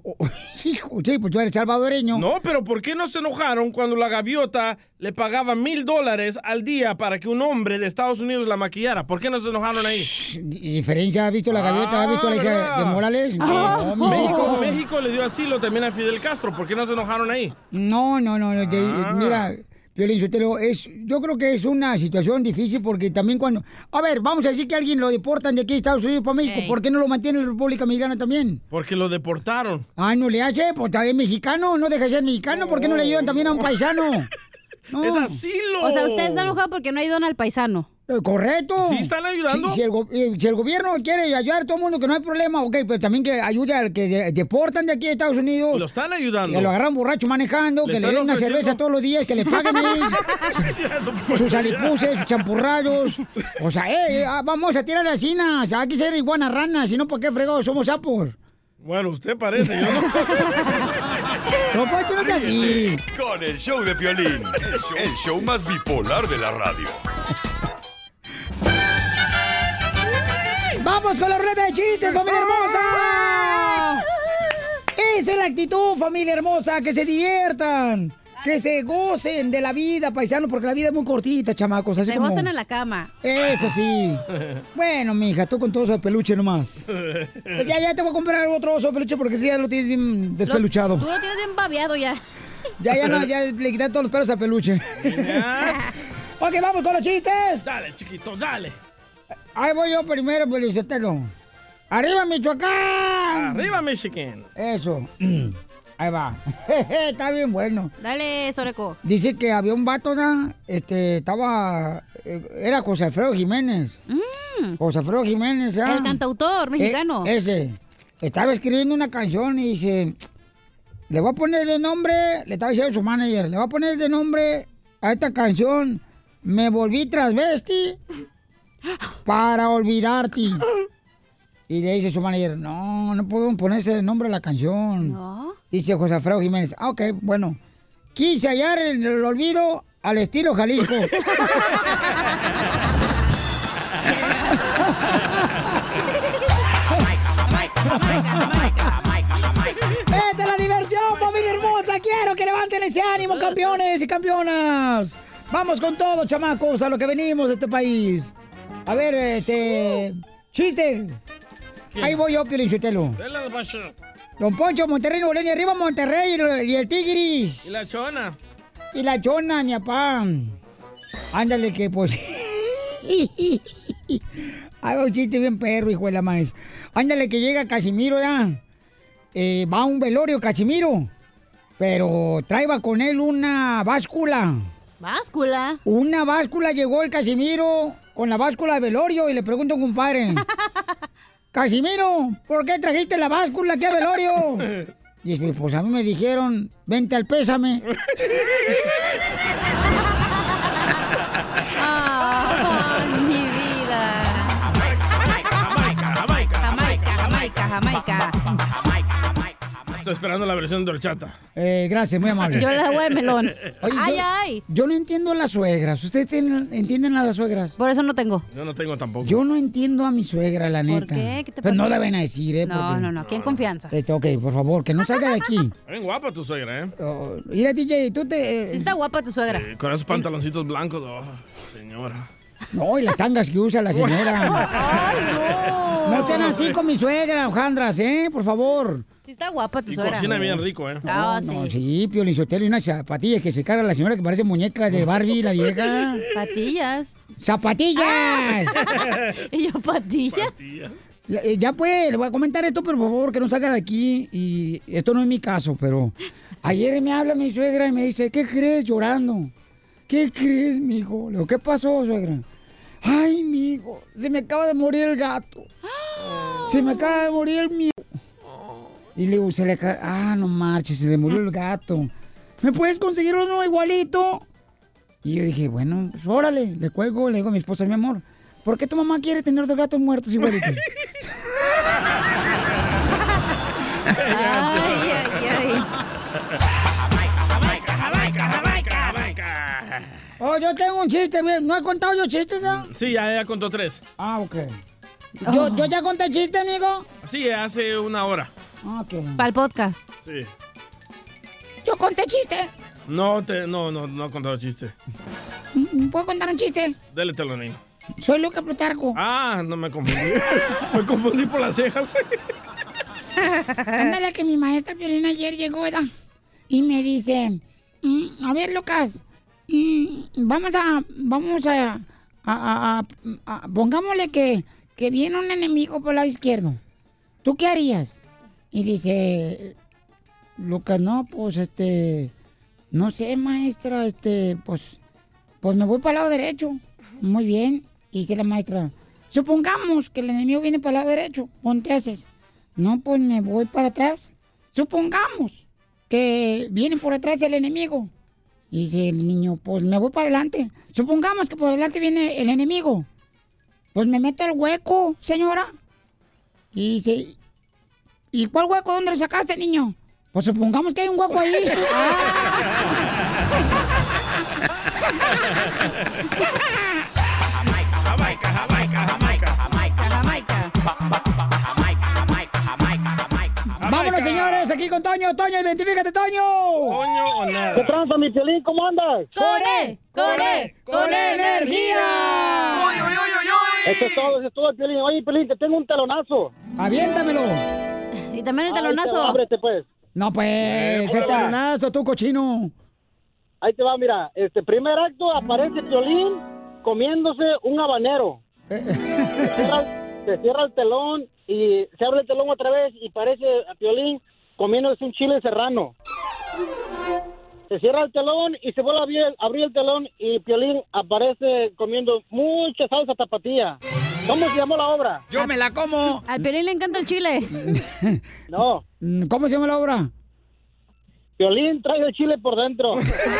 Hijo, sí, pues tú eres salvadoreño. No, pero ¿por qué no se enojaron cuando la gaviota le pagaba mil dólares al día para que un hombre de Estados Unidos la maquillara? ¿Por qué no se enojaron ahí? ¿Diferencia? ¿Has visto la gaviota? ¿Has visto la hija ¿verdad? de Morales? Ah, No, México, no. México le dio asilo también a Fidel Castro. ¿Por qué no se enojaron ahí? No, no, no, no, te- Ah. mira, Piolín Sotelo, es, yo creo que es una situación difícil porque también cuando... A ver, vamos a decir que alguien lo deportan de aquí a Estados Unidos para México, Ey. ¿por qué no lo mantiene en la República Mexicana también? Porque lo deportaron. Ah, no le hace, pues está es mexicano, no deja de ser mexicano, ¿por qué no le ayudan también a un paisano? No. ¡Es asilo! O sea, usted está enojado porque no ayudan al paisano. Eh, Correcto. ¿Sí están ayudando? Si, si el, go- eh, si el gobierno quiere ayudar a todo el mundo, que no hay problema, ok, pero también que ayude al que de- deportan de aquí a Estados Unidos. Lo están ayudando. Que lo agarran borracho manejando, Le que le están den una ofreciendo- cerveza todos los días, que le paguen ahí sus alipuses, sus champurrados. O sea, eh, eh, ah, vamos a tirar las cinas, hay que ser iguanas ranas, si no, ¿por qué fregados somos sapos? Bueno, usted parece, yo no. No, Poncho, no seas así. Ríete con el show de Piolín, el show, el show más bipolar de la radio. ¡Vamos con la ruleta de chistes, familia hermosa! Esa es la actitud, familia hermosa, que se diviertan, que se gocen de la vida, paisanos, porque la vida es muy cortita, chamacos. Así Se como... gozan en la cama. Eso sí. Bueno, mija, tú con todo eso de peluche nomás. Pues ya, ya te voy a comprar otro oso de peluche porque sí, ya lo tienes bien despeluchado. Lo- tú lo tienes bien babeado ya. Ya, ya no, ya le quité todos los pelos al peluche. Ok, vamos con los chistes. Dale, chiquito, dale. Ahí voy yo primero, Pelizotelo. ¡Arriba, Michoacán! Arriba, Michigan. Eso. Ahí va. Está bien bueno. Dale, Soreco. Dice que había un vato, ¿no? Este, estaba... eh, Era José Alfredo Jiménez. José Alfredo Jiménez, ¿ah? El cantautor mexicano. E- ese. Estaba escribiendo una canción y dice, le voy a poner de nombre, le estaba diciendo a su manager, le voy a poner de nombre a esta canción, Me volví transvesti para olvidarte. Y le dice su manager, no, no podemos ponerse el nombre a la canción. ¿No? Dice José Alfredo Jiménez, ah, ok, bueno. Quise hallar el, el olvido al estilo Jalisco. ¡Esta es la diversión, familia hermosa! ¡Quiero que levanten ese ánimo, campeones y campeonas! Vamos con todo, chamacos, a lo que venimos de este país. A ver, este... ¡Chiste! ¿Quién? Ahí voy yo, Piolín Sotelo. Dale al macho. Don Poncho, Monterrey, Nuevo León, y arriba Monterrey y el, y el Tigris. ¿Y la chona? Y la chona, mi papá. Ándale que pues... Hago un chiste bien perro, hijo de la maíz. Ándale que llega Casimiro ya. Eh, va a un velorio Casimiro. Pero traía con él una báscula. ¿Báscula? Una báscula, llegó el Casimiro con la báscula de velorio y le pregunto a un compadre. Casimiro, ¿por qué trajiste la báscula aquí a velorio? Y dice, pues a mí me dijeron, vente al pésame. ¡Ay, mi vida! Jamaica, Jamaica, Jamaica. Estoy esperando la versión de horchata. Eh, gracias, muy amable. Yo la voy de melón. Oye, ay, yo, ay. Yo no entiendo a las suegras. ¿Ustedes tienen- entienden a las suegras? Por eso no tengo. Yo no tengo tampoco. Yo no entiendo a mi suegra, la neta. ¿Por qué? ¿Qué te Pues pasó? no la ven a decir, ¿eh? No, porque- no, no. Aquí en confianza. Este, ok, por favor, que no salga de aquí. Bien guapa tu suegra, ¿eh? Oh, mira, D J, tú te... Sí está guapa tu suegra. Eh, con esos pantaloncitos blancos. Oh, señora. No, y las tangas que usa la señora. ¡Ay, no! No sean así con mi suegra, Alejandras, ¿eh? Por favor. Sí está guapa tu Y suegra. cocina bien rico, ¿eh? Ah, No, sí. sí, Piolín Sotelo y unas zapatillas que se carga la señora que parece muñeca de Barbie, la vieja. Patillas. ¡Zapatillas! ¿Y yo patillas? Ya, eh, ya pues, le voy a comentar esto, pero por favor, que no salga de aquí. Y esto no es mi caso, pero ayer me habla mi suegra y me dice, ¿qué crees llorando? ¿Qué crees, mijo? Le digo, ¿qué pasó, suegra? Ay, mijo, se me acaba de morir el gato. Se me acaba de morir el mío. Y le digo, se le acaba... Ah, no marches, se le murió el gato. ¿Me puedes conseguir uno igualito? Y yo dije, bueno, pues órale. Le cuelgo, le digo a mi esposa, mi amor, ¿por qué tu mamá quiere tener dos gatos muertos igualitos? Ay, ay, ay. Oh, yo tengo un chiste, bien. ¿No he contado yo chistes, no? Sí, ya, ya contó tres. Ah, ok. ¿Yo, ¿Yo ya conté chiste, amigo? Sí, hace una hora. Ok. Para el podcast. Sí. Yo conté chiste. No, te, no, no, no he contado chiste. ¿Puedo contar un chiste? Dale, telonín. Soy Luca Plutarco. Ah, no me confundí. Me confundí por las cejas. Ándale, que mi maestra Piolín ayer llegó, ¿verdad? Y me dice, mm, a ver, Lucas, mm, vamos a, vamos a, a, a- a- a- pongámosle que, que viene un enemigo por el lado izquierdo. ¿Tú qué harías? Y dice, Lucas, no, pues, este, no sé, maestra, este, pues, pues me voy para el lado derecho. Muy bien. Y dice la maestra, supongamos que el enemigo viene para el lado derecho. ¿Cómo te haces? No, pues me voy para atrás. Supongamos que viene por atrás el enemigo. Y dice el niño, pues me voy para adelante. Supongamos que por adelante viene el enemigo. Pues me meto al hueco, señora. Y dice, ¿y cuál hueco? ¿Dónde lo sacaste, niño? Pues supongamos que hay un hueco ahí. Jamaica, Jamaica, Jamaica, Jamaica, Jamaica. Vámonos, señores, aquí con Toño. Toño, identifícate, Toño. Toño o nada. ¿Qué tranza, mi Piolín? ¿Cómo andas? ¡Corre! ¡Corre! ¡Con energía! Eso es todo, eso es todo, Piolín. Oye, Piolín, te tengo un talonazo. Aviéntamelo. Y también el Ahí te va, talonazo. ábrete, pues. No, pues, ese ahí va. talonazo, tú cochino. Ahí te va, mira. Este primer acto aparece Piolín comiéndose un habanero. Se cierra, se cierra el telón y se abre el telón otra vez y parece a Piolín comiéndose un chile serrano. Se cierra el telón y se vuelve a abrir, abrir el telón y Piolín aparece comiendo mucha salsa tapatía. ¿Cómo se llamó la obra? Yo me la como. Al Piolín le encanta el chile. No. ¿Cómo se llama la obra? Piolín trae el chile por dentro.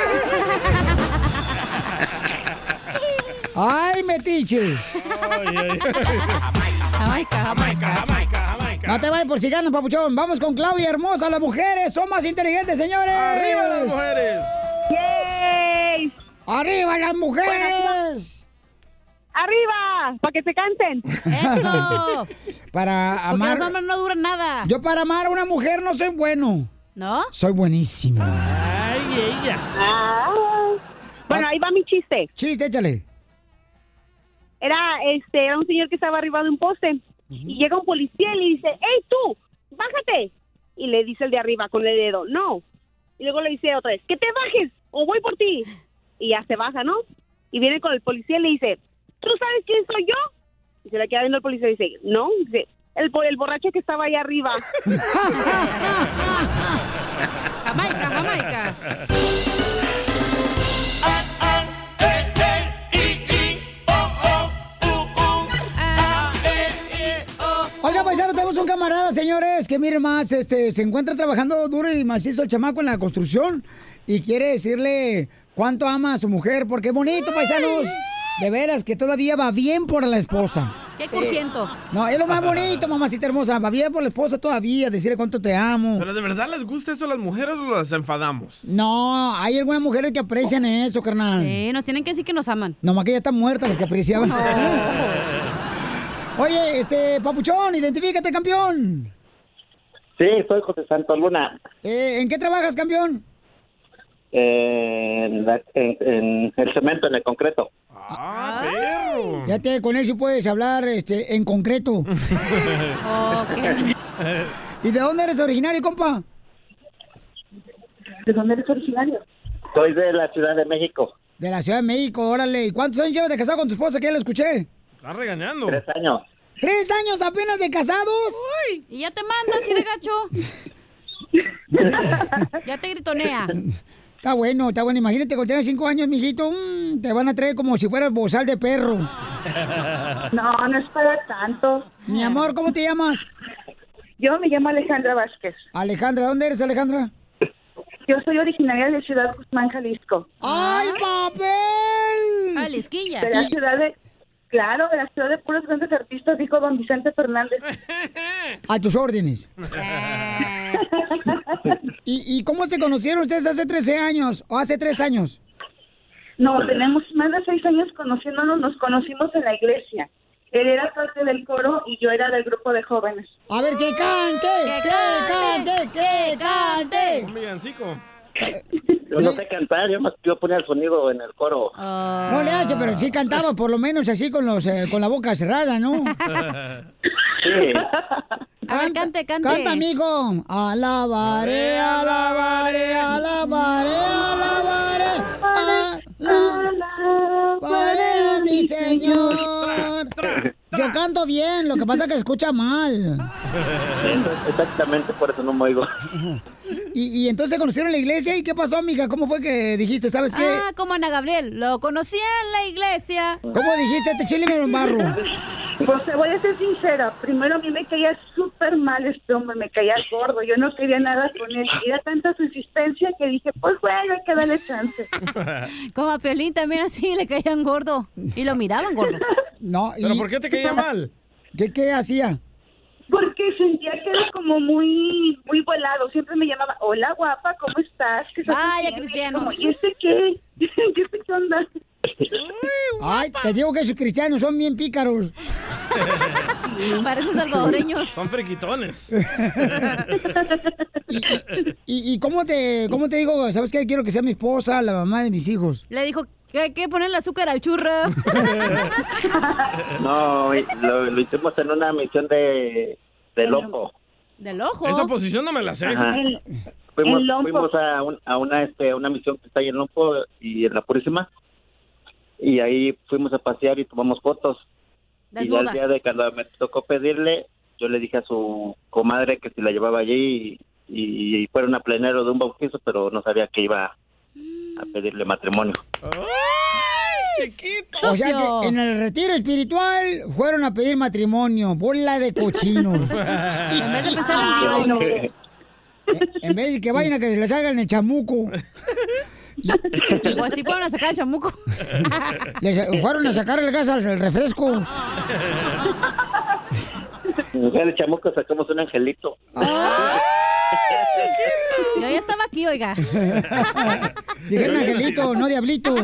¡Ay, metiche! Ay, ay. Jamaica, Jamaica, Jamaica, Jamaica. No te vayas por si ganas, papuchón. Vamos con Claudia hermosa. Las mujeres son más inteligentes, señores. ¡Arriba las mujeres! ¡Yay! ¡Arriba las mujeres! ¡Arriba! ¡Para que se canten! ¡Eso! Para Porque amar... los hombres no duran nada. Yo para amar a una mujer no soy bueno. ¿No? Soy buenísimo. ¡Ay, ella! Ah. Bueno, ahí va mi chiste. Chiste, échale. Era, este, era un señor que estaba arriba de un poste. Uh-huh. Y llega un policía y le dice, ¡Ey, tú! ¡Bájate! Y le dice el de arriba con el dedo, ¡no! Y luego le dice otra vez, ¡que te bajes! ¡O voy por ti! Y ya se baja, ¿no? Y viene con el policía y le dice, ¿tú sabes quién soy yo? Y se le queda viendo el policía y dice, no, dice, el, el borracho que estaba ahí arriba. Jamaica, Jamaica. Oiga, paisano, tenemos un camarada, señores, que miren más, este, se encuentra trabajando duro y macizo el chamaco en la construcción y quiere decirle cuánto ama a su mujer, porque es bonito, paisanos. De veras, que todavía va bien por la esposa. ¿Qué por ciento? Eh, no, es lo más bonito, mamacita hermosa. Va bien por la esposa todavía, decirle cuánto te amo. ¿Pero de verdad les gusta eso a las mujeres o las enfadamos? No, hay algunas mujeres que aprecian eso, carnal. Sí, nos tienen que decir que nos aman. Nomás que ya están muertas las que apreciaban. Oh. Oye, este, papuchón, identifícate, campeón. Sí, soy José Santos Luna. Eh, ¿En qué trabajas, campeón? Eh, en, la, en, en el cemento, en el concreto. ¡Ah, perro! Ya te, con él sí puedes hablar este, en concreto. Okay. ¿Y de dónde eres originario, compa? ¿De dónde eres originario? Soy de la Ciudad de México. De la Ciudad de México, órale. ¿Y cuántos años llevas de casado con tu esposa? Que ya la escuché. Está regañando. Tres años. ¿Tres años apenas de casados? Uy, y ya te manda así de gacho. Ya te gritonea. Está bueno, está bueno. Imagínate cuando tengas cinco años, mijito, mmm, te van a traer como si fueras bozal de perro. No, no es para tanto. Mi amor, ¿cómo te llamas? Yo me llamo Alejandra Vázquez. Alejandra, ¿dónde eres, Alejandra? Yo soy originaria de Ciudad Guzmán, Jalisco. ¡Ay, papel! Jalisquilla. De la ciudad de... Claro, de la ciudad de puros grandes artistas, dijo don Vicente Fernández. A tus órdenes. ¿Y, ¿Y cómo se conocieron ustedes hace trece años o hace tres años? No, tenemos más de seis años conociéndonos, nos conocimos en la iglesia. Él era parte del coro y yo era del grupo de jóvenes. A ver, que cante, que cante, que cante. Un villancico. Yo no sé cantar, yo, yo ponía el sonido en el coro. Uh, no le hace, pero sí cantaba por lo menos así con los eh, con la boca cerrada, ¿no? Sí. A ver, cante, cante. Canta, amigo. Alabaré, alabaré, alabaré, alabaré, alabaré a mi Señor. Yo canto bien, lo que pasa es que se escucha mal. Exactamente, por eso no me oigo. Y, y entonces conocieron la iglesia, ¿y qué pasó, amiga? ¿Cómo fue que dijiste, sabes qué? Ah, como Ana Gabriel, lo conocí en la iglesia. ¿Cómo dijiste, este chile me lo embarro? Pues te voy a ser sincera, primero a mí me caía súper mal este hombre, me caía gordo, yo no quería nada con él. Y era tanta su insistencia que dije, pues bueno, hay que darle chance. Como a Piolín también así le caían gordo y lo miraban gordo. No, y... ¿Pero por qué te caía mal? ¿Qué, qué hacía? Porque sentía que era como muy muy volado. Siempre me llamaba, hola guapa, ¿cómo estás? ¿Qué estás Vaya, haciendo? cristianos. Como, ¿y este qué? ¿Qué este qué onda? Ay, te digo que esos cristianos son bien pícaros. Parecen salvadoreños. Son friquitones. ¿Y, y, y cómo te cómo te digo? ¿Sabes qué? Quiero que sea mi esposa, la mamá de mis hijos. Le dijo que hay que ponerle azúcar al churro. No, lo, lo hicimos en una misión de del ojo. ¿Del ojo? Esa posición no me la sé. El, Fuimos, el Lompo. fuimos a, un, a una este una misión que está ahí en Lompo y en La Purísima. Y ahí fuimos a pasear y tomamos fotos. Las y ya el bodas. día de cuando me tocó pedirle, yo le dije a su comadre que si la llevaba allí y, y, y fuera una plenero de un bautizo, pero no sabía que iba a pedirle matrimonio. ¡Ay, chiquito! O sea que en el retiro espiritual fueron a pedir matrimonio, bola de cochino. En vez de pensar en Dios. En, en vez de que vayan a que les hagan el chamuco. O así fueron a sacar el chamuco. Les fueron a sacar el gas al refresco. En lugar de chamuco sacamos un angelito. Yo ya estaba aquí, oiga. Dijeron angelito, no diablito.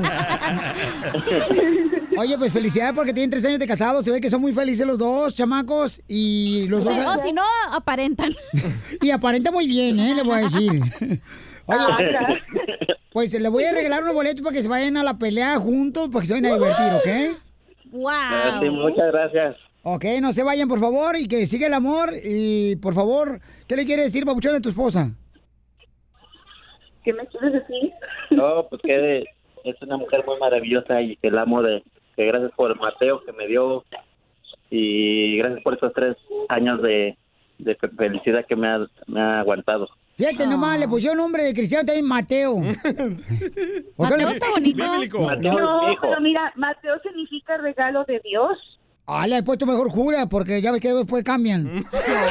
Oye, pues felicidades porque tienen tres años de casados. Se ve que son muy felices los dos chamacos. Y los Sí, dos... o si no, aparentan. Y aparenta muy bien, ¿eh? Le voy a decir. Oye, pues le voy a regalar unos boletos para que se vayan a la pelea juntos, para que se vayan a divertir, ¿ok? Wow. Sí, muchas gracias. Ok, no se vayan, por favor, y que siga el amor. Y, por favor, ¿qué le quieres decir, papuchón, de tu esposa? ¿Qué me quieres decir? No, pues que es una mujer muy maravillosa y que la amo de que gracias por el Mateo que me dio y gracias por estos tres años de, de felicidad que me ha, me ha aguantado. Fíjate nomás, le pusieron nombre de cristiano también, Mateo. Mateo está bonito. Mateo No, es mi hijo. pero mira, Mateo significa regalo de Dios. Ah, le he puesto mejor Judas, porque ya ves que después cambian.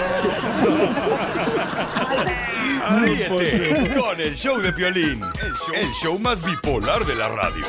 Ríete con el show de Piolín, el show, el show más bipolar de la radio.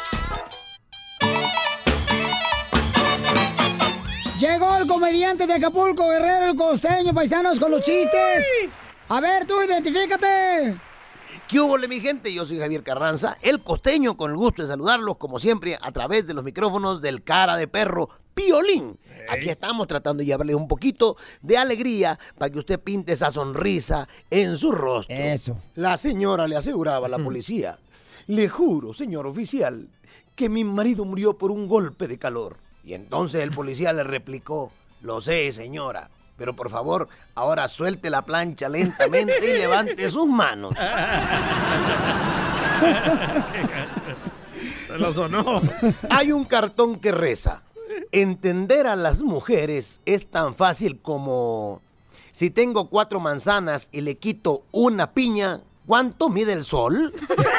Llegó el comediante de Acapulco, Guerrero, el costeño, paisanos, con los chistes. A ver, tú, identifícate. ¿Qué hubo, mi gente? Yo soy Javier Carranza, el costeño, con el gusto de saludarlos, como siempre, a través de los micrófonos del cara de perro Piolín. Aquí estamos tratando de llevarle un poquito de alegría para que usted pinte esa sonrisa en su rostro. Eso. La señora le aseguraba a la policía: le juro, señor oficial, que mi marido murió por un golpe de calor. Y entonces el policía le replicó: lo sé, señora, pero por favor, ahora suelte la plancha lentamente y levante sus manos. Se lo sonó. Hay un cartón que reza: entender a las mujeres es tan fácil como: si tengo cuatro manzanas y le quito una piña, ¿cuánto mide el sol?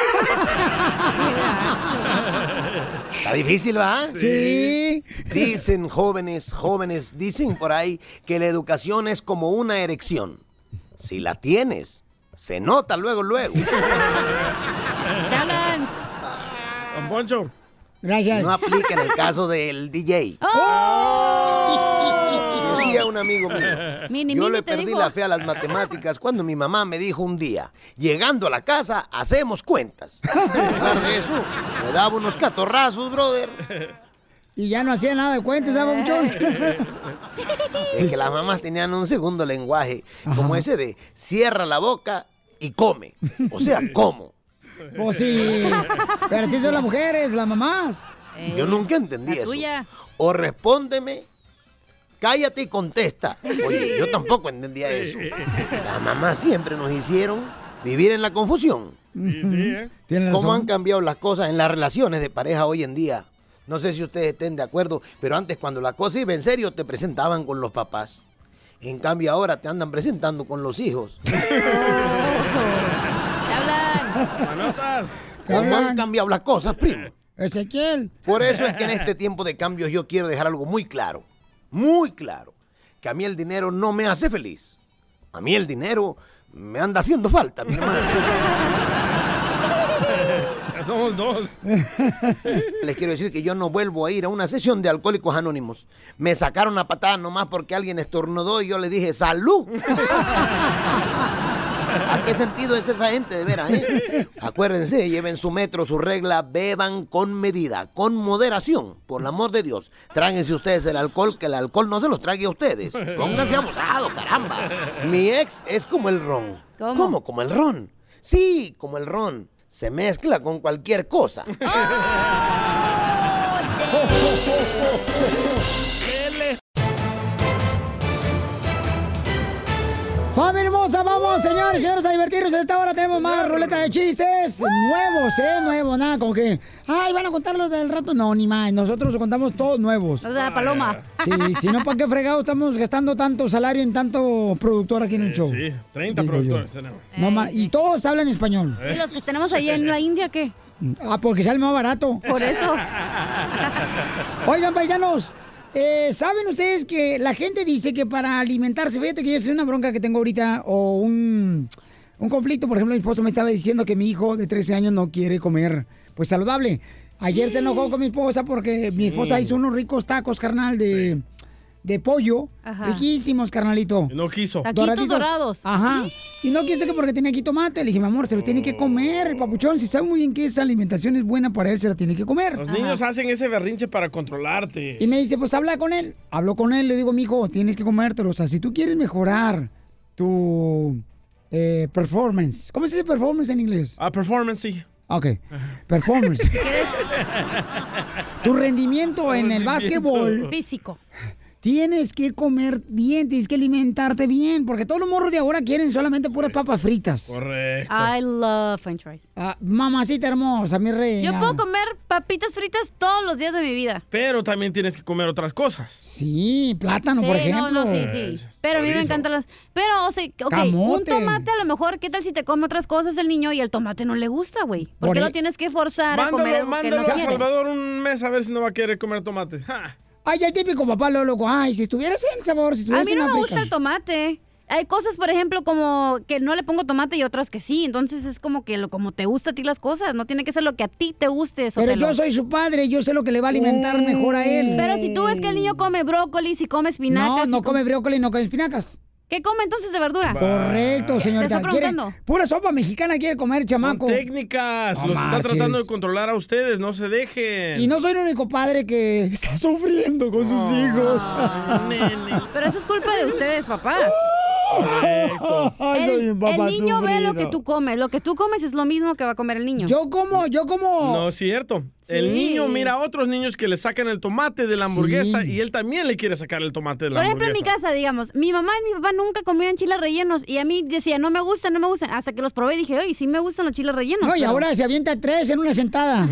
Está difícil, ¿va? Sí. Dicen jóvenes, jóvenes, dicen por ahí que la educación es como una erección. Si la tienes, se nota luego, luego. ¿Qué hablan? Don Poncho. Gracias. No aplica en el caso del D J. ¡Oh! Decía un amigo mío: Mini, yo mini le te perdí dijo. la fe a las matemáticas cuando mi mamá me dijo un día: llegando a la casa, hacemos cuentas. En lugar de eso, me daba unos catorrazos, brother. Y ya no hacía nada de cuentas, ¿sabes, papuchón? Es que las mamás tenían un segundo lenguaje, como ese de cierra la boca y come. O sea, como. Pues sí. Pero sí son las mujeres, las mamás. Yo nunca entendí La eso. tuya. O respóndeme, cállate y contesta. Oye, yo tampoco entendía eso. Las mamás siempre nos hicieron vivir en la confusión. Sí, sí, ¿eh? Tienes ¿Cómo razón. han cambiado las cosas en las relaciones de pareja hoy en día? No sé si ustedes estén de acuerdo, pero antes, cuando la cosa iba en serio, te presentaban con los papás. En cambio, ahora te andan presentando con los hijos. ¿Qué hablan? Manotas. ¿Cómo han cambiado las cosas, primo? Ezequiel. Por eso es que en este tiempo de cambios yo quiero dejar algo muy claro, muy claro, que a mí el dinero no me hace feliz. A mí el dinero me anda haciendo falta, mi hermano. Ya somos dos. Les quiero decir que yo no vuelvo a ir a una sesión de Alcohólicos Anónimos. Me sacaron a patada nomás porque alguien estornudó y yo le dije ¡salud! ¿A qué sentido es esa gente, de veras, eh? Acuérdense, lleven su metro, su regla, beban con medida, con moderación, por el amor de Dios. Tráguense ustedes el alcohol, que el alcohol no se los trague a ustedes. Pónganse abusados, caramba. Mi ex es como el ron. ¿Cómo? ¿Cómo? ¿Como el ron? Sí, como el ron. Se mezcla con cualquier cosa. familia hermosa! Vamos, señores, señores, a divertirnos. A esta hora tenemos más ruleta de chistes. Nuevos, ¿eh? Nuevos, nada, como que... Ay, ¿van a contar los del rato? No, ni más. Nosotros contamos todos nuevos. Los de la paloma. Sí, si no, ¿para qué fregado estamos gastando tanto salario en tanto productor aquí en el Eh, show? sí, treinta Digo productores yo. tenemos. No, ma- y todos hablan español. ¿Y los que tenemos allá en la India qué? Ah, porque sale más barato. Por eso. Oigan, paisanos, eh, ¿saben ustedes que la gente dice que para alimentarse, fíjate que yo soy una bronca que tengo ahorita, o un, un conflicto, por ejemplo, mi esposo me estaba diciendo que mi hijo de trece años no quiere comer, pues, saludable. Ayer se enojó con mi esposa porque mi esposa hizo unos ricos tacos, carnal, de, de pollo, Ajá. riquísimos, carnalito. No quiso. Taquitos Doraditos. dorados. Ajá. Y no quiso que porque tenía aquí tomate. Le dije, mi amor, se lo tiene que comer, el papuchón. Si sabe muy bien que esa alimentación es buena para él, se la tiene que comer. Los niños hacen ese berrinche para controlarte. Y me dice, pues habla con él. Hablo con él, le digo, mijo, tienes que comértelo. O sea, si tú quieres mejorar tu eh, performance. ¿Cómo se dice performance en inglés? Ah, performance, sí. Ok. Performance. Tu rendimiento en el básquetbol. Físico. Tienes que comer bien, tienes que alimentarte bien, porque todos los morros de ahora quieren solamente puras papas fritas. Correcto. I love french fries. Ah, mamacita hermosa, mi reina. Yo puedo comer papitas fritas todos los días de mi vida. Pero también tienes que comer otras cosas. Sí, plátano, Sí, por no, ejemplo. no, sí, sí. Pero a mí me Chorizo. encantan las... Pero, o sea, ok, Camote. un tomate a lo mejor, ¿qué tal si te come otras cosas el niño y el tomate no le gusta, güey? ¿Por Por qué e- lo tienes que forzar a comer Mándalo, algo que mándalo no a quiere? Salvador un mes a ver si no va a querer comer tomate. Ja. Ay, el típico papá lo loco. Ay, si estuvieras en Salvador, si A estuvieras mí en no me África. gusta el tomate. Hay cosas, por ejemplo, como que no le pongo tomate y otras que sí. Entonces es como que lo, como te gusta a ti las cosas. No tiene que ser lo que a ti te guste. Pero Sotelo. yo soy su padre, yo sé lo que le va a alimentar mejor a él. Pero si tú ves que el niño come brócoli, si come espinacas... No, no si come brócoli, no come espinacas. ¿Qué come entonces de verdura? Correcto, señorita. Te estoy Quiere- preguntando. Pura sopa mexicana quiere comer, chamaco. Son técnicas. No Los está marches. tratando de controlar a ustedes. No se dejen. Y no soy el único padre que está sufriendo con sus hijos. Pero eso es culpa de ustedes, papás. Correcto. Ay, soy El, un papá el niño ve lo sufrido. que tú comes. Lo que tú comes es lo mismo que va a comer el niño. Yo como, yo como. No es cierto. El Sí. niño mira a otros niños que le sacan el tomate de la hamburguesa Sí. y él también le quiere sacar el tomate de la Por ejemplo, en mi hamburguesa. casa, digamos, mi mamá y mi papá nunca comían chiles rellenos y a mí decía, no me gustan, no me gustan. Hasta que los probé y dije, oye, sí me gustan los chiles rellenos. No, y pero ahora se avienta tres en una sentada.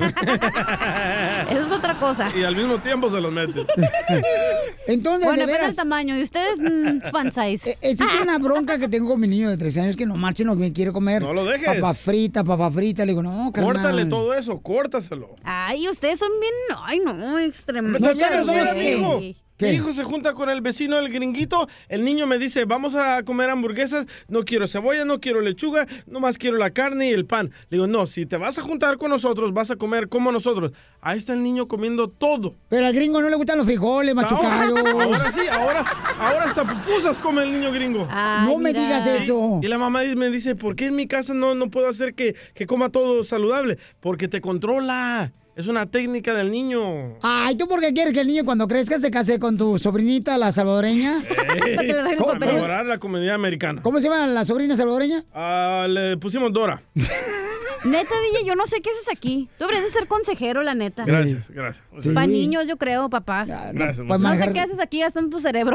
Eso es otra cosa. Y al mismo tiempo se los mete. Entonces, Bueno, de depende veras, del tamaño. Y ustedes, mm, fan size. eh, esta es una bronca que tengo con mi niño de trece años que no marche, no me quiere comer. No lo dejes. Papa frita, papa frita. Le digo, no, carnal. Córtale todo eso, córtaselo. Ay, ustedes son bien, ay, no, extremos. Pero también ¿sabes es mi qué? amigo. ¿Qué? Mi hijo se junta con el vecino, el gringuito. El niño me dice, vamos a comer hamburguesas. No quiero cebolla, no quiero lechuga. Nomás quiero la carne y el pan. Le digo, no, si te vas a juntar con nosotros, vas a comer como nosotros. Ahí está el niño comiendo todo. Pero al gringo no le gustan los frijoles machucados. Ahora, ahora sí, ahora, ahora hasta pupusas come el niño gringo. Ay, no me mira. digas eso. Y la mamá me dice, ¿por qué en mi casa no, no puedo hacer que, que coma todo saludable? Porque te controla. Es una técnica del niño. Ay, ¿tú por qué quieres que el niño cuando crezca se case con tu sobrinita, la salvadoreña? Ey, Para que le arregle para papeles. mejorar la comunidad americana. ¿Cómo se llama la sobrina salvadoreña? Ah, le pusimos Dora. Neta, D J, yo no sé qué haces aquí. Tú deberías de ser consejero, la neta. Gracias, gracias. Sí. Para niños, yo creo, papás. Ah, Gracias, pues muchachos. No manejar- sé qué haces aquí gastando tu cerebro.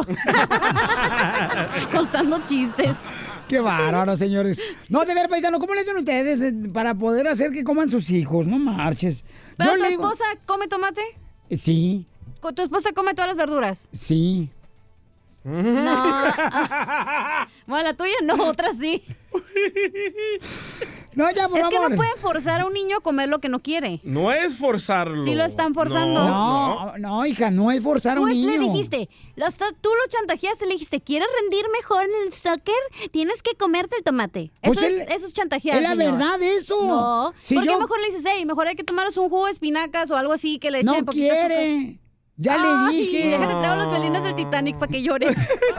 Contando chistes. Qué bárbaro, señores. No, de ver, paisano, ¿cómo le hacen ustedes eh, para poder hacer que coman sus hijos? No marches. ¿Pero Yo tu le digo- esposa come tomate? Eh, Sí, ¿Tu esposa come todas las verduras? sí. No. Bueno, la tuya no, otra sí. No, ya, por Es que favor. no pueden forzar a un niño a comer lo que no quiere. No es forzarlo. Sí lo están forzando. No, no, hija, no es forzar a un Pues niño. le dijiste, lo está- tú lo chantajeaste, le dijiste, ¿quieres rendir mejor en el soccer? Tienes que comerte el tomate. Eso, Pues es, él- eso es chantajear, es la señor. verdad eso. No, Si ¿por qué yo- mejor le dices, hey, mejor hay que tomaros un jugo de espinacas o algo así que le echen No poquito azúcar"? quiere. Ya Ay, le dije. Déjate traer los violines del Titanic para que llores.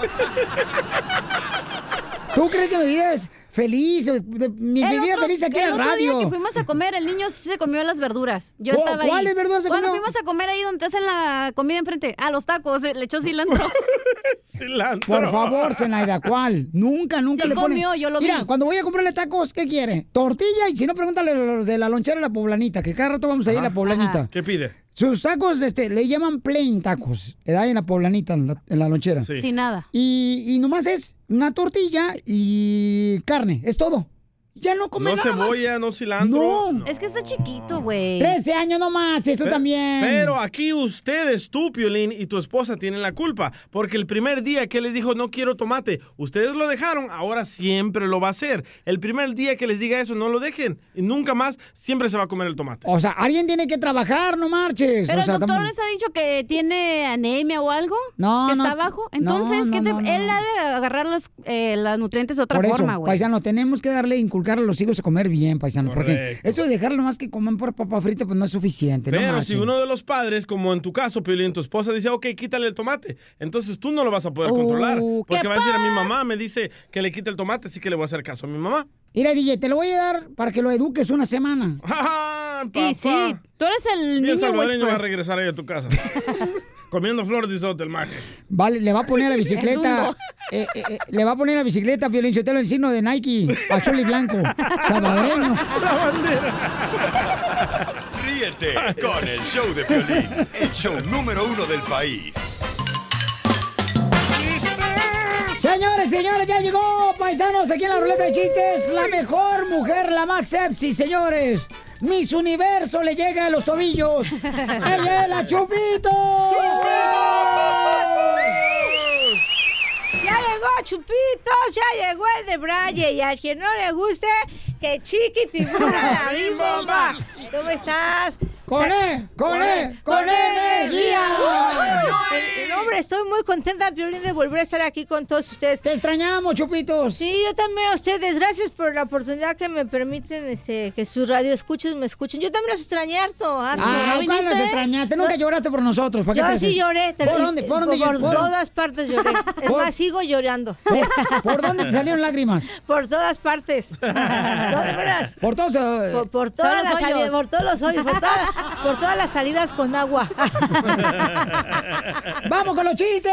¿Tú crees que mi vida es feliz? De- Mi El vida otro- feliz aquí en el la otro día radio. que fuimos a comer, el niño sí se comió las verduras. Yo ¿Cu- estaba ahí. cuáles verduras se Cuando comió? fuimos a comer ahí donde te hacen la comida enfrente, a los tacos, eh, le echó cilantro. Cilantro. Por favor, Zenaida, ¿cuál? Nunca, nunca Sí le pone. comió, yo lo Mira, vi. cuando voy a comprarle tacos, ¿qué quiere? Tortilla y si no, pregúntale a los de la lonchera de la poblanita, que cada rato vamos a ir a la poblanita. ¿Qué pide? Sus tacos, este, le llaman plain tacos, ¿verdad? En la poblanita, en la, en la lonchera. Sí. Sin nada. Y, y nomás es una tortilla y carne, es todo. Ya no come No nada cebolla, más. no cilantro. No. No. Es que está chiquito, güey. trece años no manches, tú Pe- también. Pero aquí ustedes, tú, Piolín, y tu esposa tienen la culpa. Porque el primer día que les dijo no quiero tomate, ustedes lo dejaron, ahora siempre lo va a hacer. El primer día que les diga eso, no lo dejen. Y nunca más, siempre se va a comer el tomate. O sea, alguien tiene que trabajar, no marches. Pero o sea, el doctor tam- les ha dicho que tiene anemia o algo. No, que no. está abajo. Entonces, No, ¿qué no, te- no, no. él ha de agarrar los, eh, los nutrientes de otra Por eso, forma, güey. paisano, tenemos que darle, inculcar a los hijos a comer bien, paisano. Porque Correcto. eso de dejarlo más que coman por papa frita, pues no es suficiente. no Pero marchen. si uno de los padres, como en tu caso, Piolín, tu esposa dice, ok, quítale el tomate, entonces tú no lo vas a poder Oh, controlar. Porque ¿qué va a decir a mi mamá, me dice que le quite el tomate, así que le voy a hacer caso a mi mamá. Mira, D J, te lo voy a dar para que lo eduques una semana. Y sí, tú eres el Bien niño salvadoreño va a whisper. regresar ahí a tu casa. Comiendo flor de isótel, maje. Vale, le va a poner a la El bicicleta. Dumbo. eh, eh, eh, le va a poner a la bicicleta, Piolín Sotelo, el signo de Nike, azul y blanco. Salvadoreño. Ríete con el show de Piolín, el show número uno del país. Señores, señores, ya llegó, paisanos, aquí en la ruleta de chistes, la mejor mujer, la más sexy, señores. Miss Universo le llega a los tobillos. ¡Ella es la Chupito! Ya llegó Chupitos, ya llegó el de Braille y al que no le guste, que chiqui figura la bimbomba. ¿Cómo estás? ¡Con E! ¡Con E! ¡Con energía! Eh, no, hombre, estoy muy contenta, Piolín, de volver a estar aquí con todos ustedes. Te extrañamos, Chupitos. Sí, yo también a ustedes. Gracias por la oportunidad que me permiten este, que sus radioescuchas me escuchen. Yo también los extrañé harto. harto. Ah, ¿cuál nos extrañaste? Nunca lloraste por nosotros. ¿Para qué te Yo sí haces? lloré. te- ¿Por dónde? ¿Por dónde Por llor- por- todas partes lloré. Es Por- más, sigo llorando. ¿Por, por dónde te salieron lágrimas? Por todas partes. No, de veras. Por todos. eh, Por, por todas Todos las los hoyos. salidas, por todos los hoyos, por todas, por todas las salidas con agua. ¡Vamos con los chistes!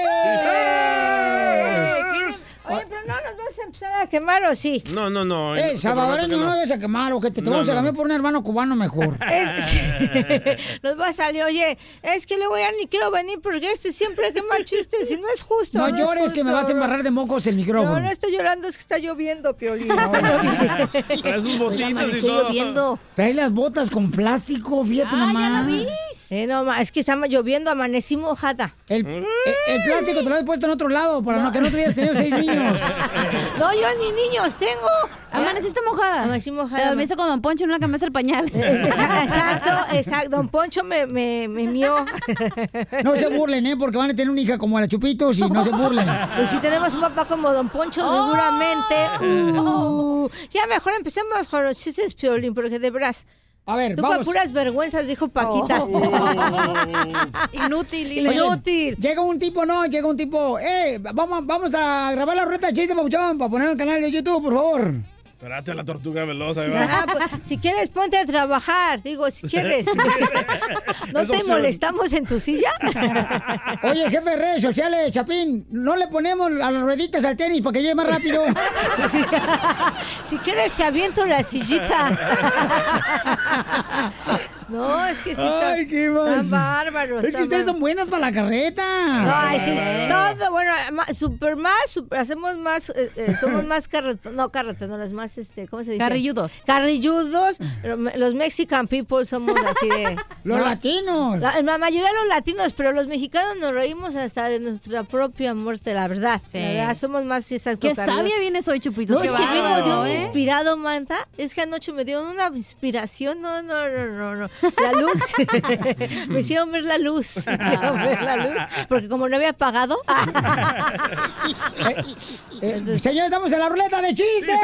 Oye, pero no nos vas a empezar a quemar, ¿o sí? No, no, no. Eh, te salvadoreño, prometo que no me vas a quemar, o que te, te No, vamos a no. cambiar por un hermano cubano mejor. Eh, sí. Nos va a salir, oye, es que luego ya ni quiero venir porque este siempre quema chistes y no es justo. No es llores que me justo, vas a no. embarrar de mocos el No, micrófono. no estoy llorando, es que está lloviendo, Piolín. Está lloviendo. Trae sus botitas y Amaneció todo. lloviendo. Trae las botas con plástico, fíjate Ah, nomás. ¿ya lo vi? Eh, no, ma, es que está lloviendo, amanecí mojada. El, el, el plástico te lo he puesto en otro lado para no, que no tuvieras tenido seis niños. No, yo ni niños tengo. Amaneciste mojada. Amanecí mojada. Te dormiste con Don Poncho en una camisa el pañal. Exacto, exacto. Don Poncho me, me, me mió. No se burlen, ¿eh? Porque van a tener una hija como la Chupitos y no se burlen. Pues si tenemos un papá como Don Poncho, seguramente. Uh, ya mejor empecemos con los chistes, Piolín, porque de veras. A ver, Tú vamos. para puras vergüenzas, dijo Paquita. Inútil, Oye, inútil. Llega un tipo, no, llega un tipo. Eh, vamos, vamos a grabar la rueda de chistes, papuchón, para poner en el canal de YouTube, por favor. Espérate, la tortuga veloz, ahí va. Ah, pues, si quieres, ponte a trabajar. Digo, si quieres. ¿No Es te opción. molestamos en tu silla? Oye, jefe de redes sociales, Chapín, no le ponemos a las rueditas al tenis para que llegue más rápido. Si, si quieres, te aviento la sillita. No, es que sí está, Ay, qué más. está bárbaro. Es está que ustedes bárbaro. son buenos para la carreta. No, ay, sí, todo, bueno, ma- super más, super- hacemos más, eh, eh, somos más carretones, no carretones, más, este, ¿cómo se dice? Carrilludos. Carrilludos, pero me- los Mexican people somos así de... Los no, latinos. La, la mayoría de los latinos, pero los mexicanos nos reímos hasta de nuestra propia muerte, la verdad. Sí. La verdad, somos más exacto. Qué carrilludos. sabia vienes hoy, Chupitos. No, Qué es que vengo bárbaro, de un ¿eh? inspirado, Manta. Es que anoche me dio una inspiración. No, no, no, no, no. La luz. Me hicieron ver la luz. Me hicieron ver la luz. Porque como no había pagado. Eh, señores, estamos en la ruleta de chistes.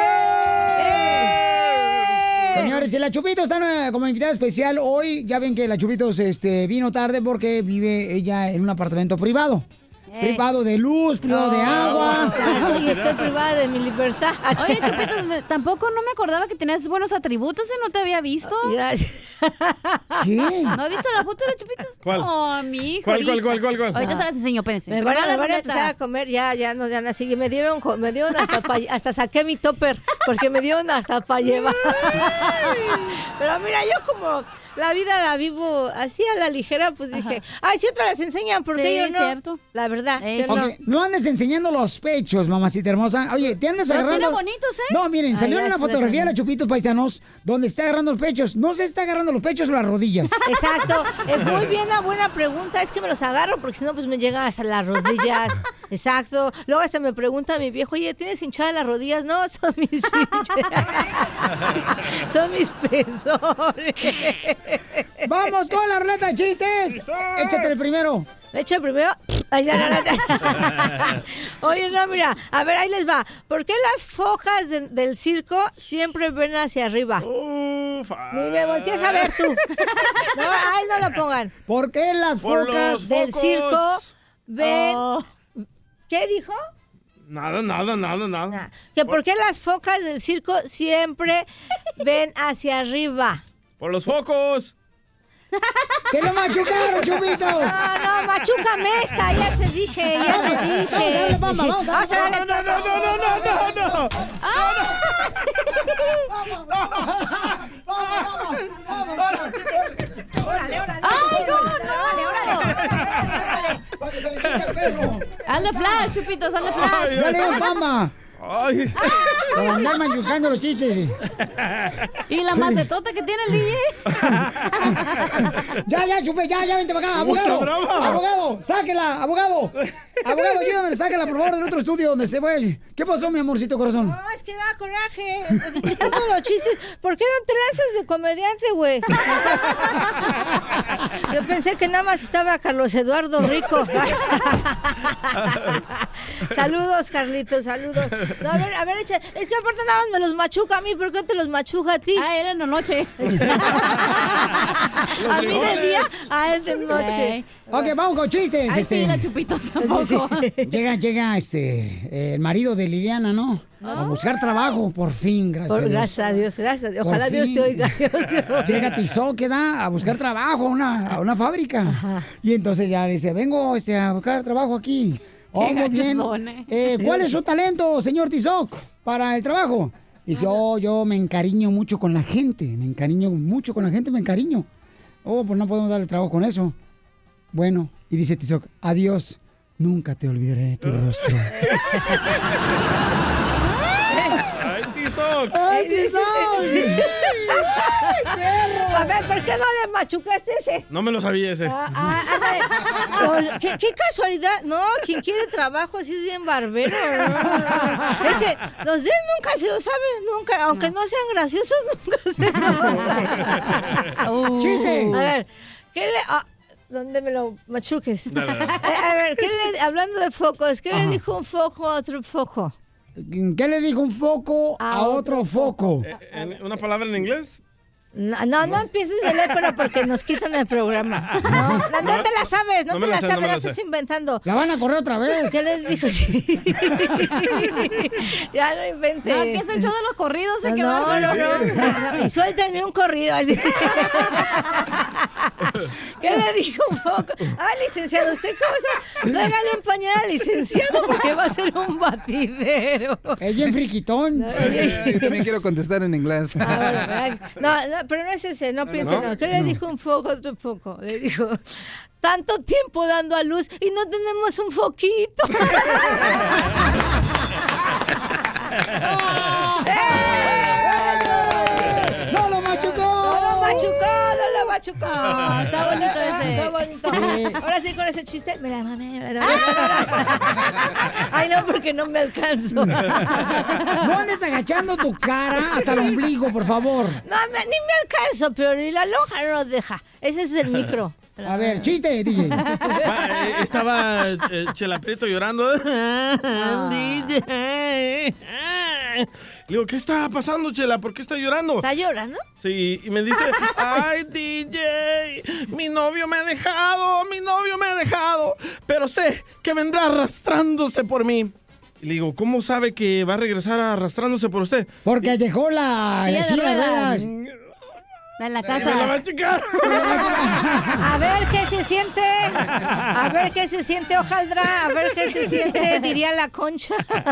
Señores, y la Chupito está eh, como invitada especial hoy. Ya ven que la Chupitos este, vino tarde porque vive ella en un apartamento privado. Eh. privado de luz, privado de agua. Exacto, y estoy privada de mi libertad. Oye, Chupitos, tampoco no me acordaba que tenías buenos atributos, ¿eh? ¿No te había visto? Gracias. ¿Qué? ¿No has visto la foto de los Chupitos? ¿Cuál? Oh, mi hijo. ¿Cuál, cuál, cuál, cuál, cuál? Ahorita se las enseño, espérense. Me van a, Primero la me van a ruleta. empezar a comer, ya, ya, no, ya, así. Me dieron, jo- me dieron hasta pa- hasta saqué mi topper, porque me dieron hasta para llevar. Pero mira, yo como la vida la vivo así a la ligera, pues dije, ay, si otras las enseñan, porque Sí, yo es no. cierto. La verdad, ¿sí o Ok, no? no andes enseñando los pechos, mamacita hermosa. Oye, te andas Los agarrando... tiene bonitos, ¿eh? No, miren, Ay, salió una gracias, fotografía de gracias. la Chupitos Paisanos donde está agarrando los pechos. No se está agarrando los pechos o las rodillas. Exacto, es muy bien, una buena pregunta, es que me los agarro porque si no pues me llegan hasta las rodillas. Exacto, luego hasta me pregunta mi viejo, oye, ¿tienes hinchadas las rodillas? No, son mis chinches. Son mis pezones. ¡Vamos con la ruleta de chistes! Échate el primero. ¿Me echo el primero? Ay, ya, no, no. Oye, no, mira, a ver, ahí les va. ¿Por qué las focas de- del circo siempre ven hacia arriba? Uf, Ni me voltees a ver tú. No, ahí no lo pongan. ¿Por qué las Por focas los Del focos. circo ven... Oh. ¿Qué dijo? Nada, nada, nada, nada. Que por qué las focas del circo siempre ven hacia arriba. Por los focos. ¡Te lo machucaron, Chupito! No, no, machúcame esta, ya te dije, ya Vamos, te dije. vamos a darle pamba, vamos a Vamos a darle darle No, no, no, no, no, no, no. Órale, órale. ¡Ay, no, Órale, órale. ¡Para que se le seque el perro! Hazle flash, Chupitos, hazle flash. ¡Dale el pamba! Ay. Para andar machucando los chistes. ¿Y la macetota que tiene el D J? Ya, ya, Chupe, ya, ya, vente para acá. Mucha Abogado, brava. abogado, sáquela, abogado. Abogado, ayúdame, sáquela, por favor, del otro estudio donde se fue. ¿Qué pasó, mi amorcito corazón? No, es que da coraje. Todos los chistes. ¿Por qué eran tranzas de comediante, güey? Yo pensé que nada más estaba Carlos Eduardo Rico. Saludos, Carlitos, saludos. No, a ver, a ver, echa. Es que aparte nada más me los machuca a mí. ¿Por qué te los machuca a ti? Ah, era en la noche. A mí de día, a él de noche. Ok, vamos con chistes. Ay, este. sí, la Chupitos tampoco. Llega, llega este, eh, el marido de Liliana, ¿no? A buscar trabajo, por fin, gracias. Por, a Dios. gracias a Dios, gracias a Dios. Por Ojalá Dios fin. te oiga. Dios te oiga. Llega Tizó, queda a buscar trabajo a una, a una fábrica. Y entonces ya le dice, vengo este, a buscar trabajo aquí. Oh, muy gachos bien. son, ¿eh? Eh, ¿Cuál es su talento, señor Tizoc, para el trabajo? Dice, oh, yo me encariño mucho con la gente. Me encariño mucho con la gente, me encariño. Oh, pues no podemos darle trabajo con eso. Bueno, y dice Tizoc, adiós. Nunca te olvidaré tu rostro. Ay, Tizoc. ¡Ay, Tizoc! A ver, ¿por qué no le machucaste ese? No me lo sabía ese. Ah, ah, ándale. Pues, ¿qué, qué casualidad. No, quien quiere trabajo sí es bien barbero. No, no, no. Ese, los de él nunca se lo saben, nunca. Aunque no sean graciosos, nunca se lo saben. ¡Chiste! A ver, ¿qué le...? Ah, ¿dónde me lo machuques? Dale, dale. Eh, a ver, ¿qué le, hablando de focos, ¿qué Ajá. le dijo un foco a otro foco? ¿Qué le dijo un foco a, A otro otro foco? Eh, ¿en- ¿Una palabra en inglés? No, no, no empieces a leer, pero porque nos quitan el programa. No, no, no te la sabes, no, No te me la la sé, no sabes, me la la estás sé. inventando. ¿La van a correr otra vez? ¿Qué les dijo? Sí. Ya no inventes. No, empieza el show de los corridos, ¿eh? No, Qué no, bárbaro. no, no. Y suéltenme un corrido. Así. ¿Qué le dijo un poco? Ah, licenciado, ¿usted cómo está? Tráigale un pañal al licenciado porque va a ser un batidero. Es bien friquitón. Yo también quiero contestar en inglés. Ah, bueno, venga. No, no, pero no es ese, no pienses. ¿No? No. ¿Qué le dijo un foco a otro foco? Le dijo, tanto tiempo dando a luz y no tenemos un foquito. ¡No lo machucó! ¡No lo machucó! ¡No lo machucó! Ah, está bonito ese. Está bonito. Ahora sí, con ese chiste, me la mamé. Me la mamé. Ay, no, porque no me alcanzo. No andes agachando tu cara hasta el ombligo, por favor. No, me- ni me alcanzo, pero ni la lonja no nos deja. Ese es el micro. A ver, chiste, D J. Va, eh, estaba eh, Chela Prieto llorando. D J. Le digo, ¿qué está pasando, Chela? ¿Por qué está llorando? ¿Está llorando? Sí, y me dice, ay, D J, mi novio me ha dejado, mi novio me ha dejado, pero sé que vendrá arrastrándose por mí. Y le digo, ¿cómo sabe que va a regresar arrastrándose por usted? Porque dejó la Silla de silla de ruedas. ruedas. En la Me la va casa. a checar. A ver qué se siente. A ver qué se siente, hojaldra. A ver qué se siente, diría la Concha.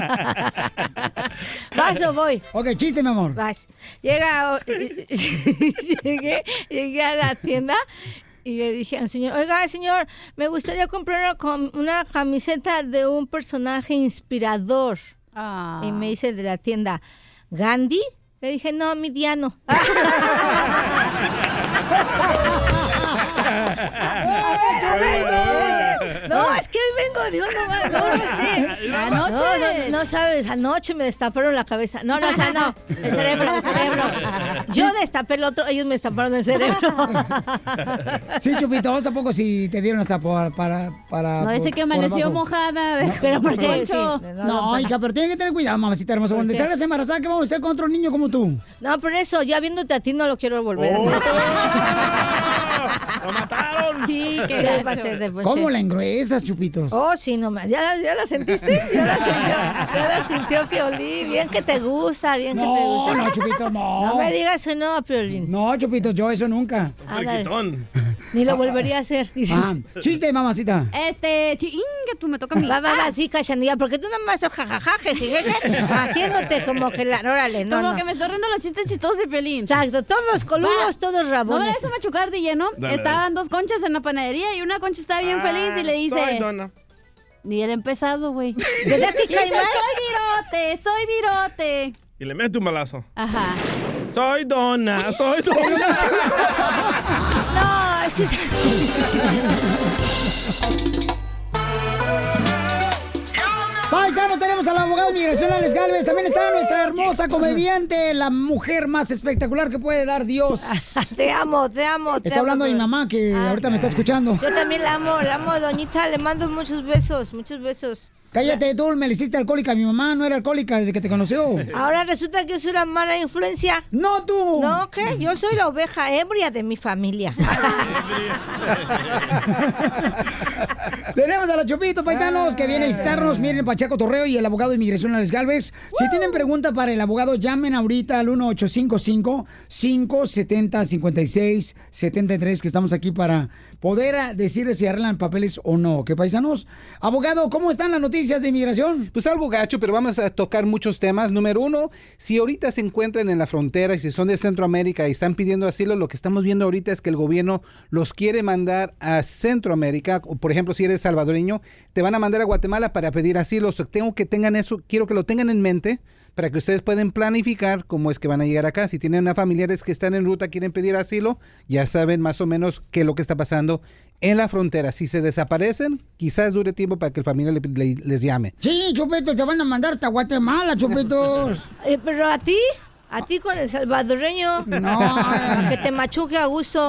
¿Vas o voy? Ok, chiste, mi amor. Vas. Llega. llegué, llegué a la tienda. Y le dije al señor, oiga, señor, me gustaría comprar una, com- una camiseta de un personaje inspirador. Ah. Y me dice el de la tienda, ¿Gandhi? Le dije, no, Midiano. No, es que hoy vengo de uno, no, no sé. Anoche. No, no, no sabes, anoche me destaparon la cabeza. No, no, o sea, no, el cerebro, el cerebro. Yo destapé el otro, ellos me destaparon el cerebro. Sí, Chupito, ¿vos tampoco si te dieron hasta por, para, para... No, dice por- que por amaneció abajo? mojada. De... No, pero por porque- Poncho. sí, No, hija, pero tienes que tener cuidado, mamacita hermosa. Cuando qué? salgas embarazada, ¿qué vamos a hacer con otro niño como tú? No, por eso, ya viéndote a ti no lo quiero volver Oh. a hacer. ¡Lo mataron! Sí, qué Te gacho. pasé, te pasé. ¿Cómo la engruesas, Chupitos? Oh, sí, nomás. ¿Ya, la- ¿Ya la sentiste? ¿Ya la sintió? ¿Ya la sintió, Piolín? Bien que te gusta, bien que te No, gusta. no, Chupito, no. No me digas que no, Piolín. No, Chupito, yo eso nunca. Ándale. Friquitón. Ni lo volvería a hacer. Dices. Ah, chiste, mamacita. Este, chi- inga, tú me toca a mí. Va, va, va, sí, cachanilla, porque tú nomás jajaja, jejeje, haciéndote como que la... Órale, no, Como no. que me estoy riendo los chistes chistosos de Pelín. Exacto, todos los coludos, Va. todos No me rabones. la vas a machucar, D J, ¿no? Dale, Estaban dos conchas en la panadería y una concha estaba bien feliz y le dice... Soy dona. Ni el empezado, güey. ¿Verdad que Y dice, cae mal? soy virote, soy virote. Y le mete un balazo. Ajá. Soy dona, soy dona. No, es que... Paisano, tenemos al abogado de migración, Alex Galvez. También está nuestra hermosa comediante, la mujer más espectacular que puede dar Dios. Te amo, te amo, te Está amo, hablando de mi pero- mamá, que Ah, ahorita me está escuchando. Yo también la amo, la amo, doñita, le mando muchos besos, muchos besos. Cállate, tú me le hiciste alcohólica. Mi mamá no era alcohólica desde que te conoció. Ahora resulta que soy una mala influencia. ¡No, tú! No, ¿qué? Yo soy la oveja ebria de mi familia. Tenemos a la Chupito, paisanos, que viene a visitarnos. Miren, Pacheco Torreo y el abogado de inmigración, Alex Galvez. Si tienen pregunta para el abogado, llamen ahorita al uno ocho cinco cinco, cinco siete cero, cinco seis siete tres, que estamos aquí para poder decirles si arreglan papeles o no. ¿Qué, paisanos? Abogado, ¿cómo están las noticias de inmigración? Pues algo gacho, pero vamos a tocar muchos temas. Número uno, si ahorita se encuentran en la frontera y si son de Centroamérica y están pidiendo asilo, lo que estamos viendo ahorita es que el gobierno los quiere mandar a Centroamérica. O, por ejemplo, si eres salvadoreño, te van a mandar a Guatemala para pedir asilo. O sea, tengo que tengan eso, quiero que lo tengan en mente para que ustedes puedan planificar cómo es que van a llegar acá. Si tienen a familiares que están en ruta, quieren pedir asilo, ya saben más o menos qué es lo que está pasando en la frontera. Si se desaparecen, quizás dure tiempo para que el familiar le- le- les llame. Sí, Chupito, te van a mandar hasta Guatemala, Chupitos. Eh, pero a ti, a ti con el salvadoreño. No. Que te machuque a gusto.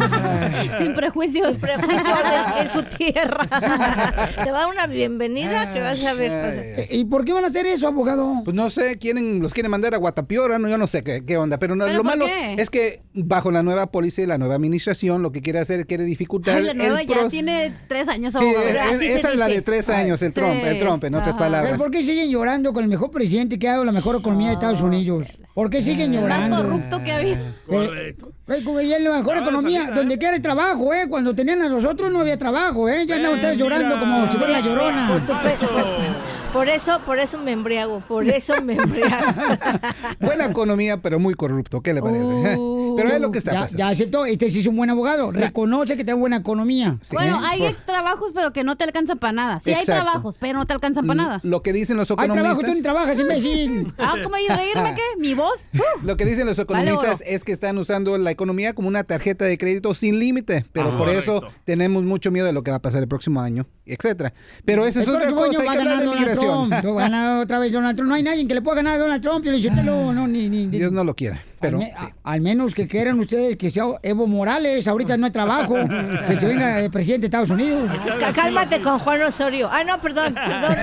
Sin prejuicios. Sin prejuicios en, en su tierra. Te va a dar una bienvenida que vas a ver. vas a- ¿Y por qué van a hacer eso, abogado? Pues no sé, quieren, los quieren mandar a Guatapiora, no, yo no sé qué, qué onda, pero, no, ¿Pero lo por malo qué? es que bajo la nueva policía y la nueva administración lo que quiere hacer, quiere dificultar Ay, la nueva el ya proceso. tiene tres años. Sí, abogado. es- Así se esa es la dice. de tres años, el Sí. Trump, el Trump, en otras Ajá. palabras. ¿Pero por qué siguen llorando con el mejor presidente que ha dado la mejor economía de Estados Unidos? ¿Por qué siguen El más llorando? corrupto que ha habido. Correcto. Eh, y es la mejor Ahora economía, salida, donde ¿eh? quiera hay trabajo, ¿eh? Cuando tenían a nosotros no había trabajo, ¿eh? Ya andan Ven, ustedes llorando mira. como si fuera la llorona. Eso. Por eso, por eso me embriago, por eso me embriago. Buena economía, pero muy corrupto, ¿qué le parece? Uh, pero es lo que está ya, pasando. ya aceptó, este sí es un buen abogado. Reconoce que tiene buena economía. Sí. Bueno, ¿Eh? hay Por- trabajos, pero que no te alcanzan para nada. Sí hay Exacto. trabajos, pero no te alcanzan para nada. Lo que dicen los Hay trabajo, economistas... tú ni trabajas, imbécil. Ah, ¿cómo ir reírme qué? ¿Mi voz? ¡Uh! Lo que dicen los economistas oro. es que están usando la economía como una tarjeta de crédito sin límite, pero Ah, por eso correcto. tenemos mucho miedo de lo que va a pasar el próximo año, etcétera. Pero eso es El otra próximo cosa, año hay va que a hablar ganar de Donald migración. Trump. Va a ganar otra vez Donald Trump. No hay nadie que le pueda ganar a Donald Trump. Yo le dije, no, no, ni, ni, ni- Dios no lo quiera. Pero, al, me- sí. a- al menos que quieran ustedes que sea Evo Morales, ahorita no hay trabajo, que se venga de presidente de Estados Unidos. C- Cálmate con Juan Osorio. Ah, no, perdón, perdón.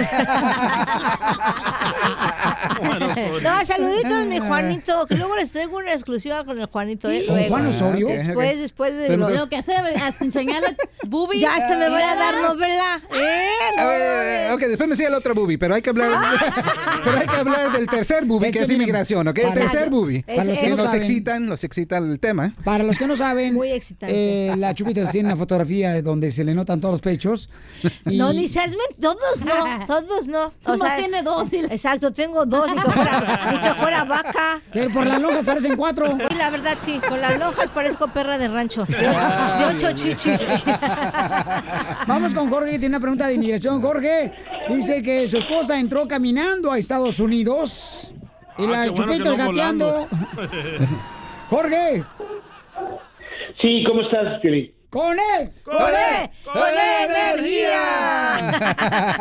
No, saluditos, mi Juanito, que luego les traigo una exclusiva con el Juanito. ¿eh? ¿Con Luego. Juan Osorio? Después, después de Lo, lo, lo que hace es enseñarle boobies. Ya hasta me voy a dar novela. ¿Eh? A ver, ok, después me sigue el otro booby, pero hay que hablar, pero hay que hablar del tercer booby, Es que que es miren, inmigración, ¿ok? El para- tercer booby. para los que que no nos saben- excitan, nos excita el tema. Para los que no saben, Muy excitante. eh, la Chupita tiene una fotografía de donde se le notan todos los pechos. Y- No, ni seas men- todos no, todos no. Nomás tiene dos. Exacto, tengo dos, ni que fuera, ni que fuera vaca. Pero por las lonjas parecen cuatro. Y la verdad, sí, con las lonjas parezco perra de rancho. De, de ocho chichis. Vamos con Jorge, que tiene una pregunta de inmigración. Jorge dice que su esposa entró caminando a Estados Unidos y Ah, la qué bueno que Chupito no gateando. Jorge, Sí, ¿cómo estás, Piolín? con él, ¡Con él! ¡Con energía!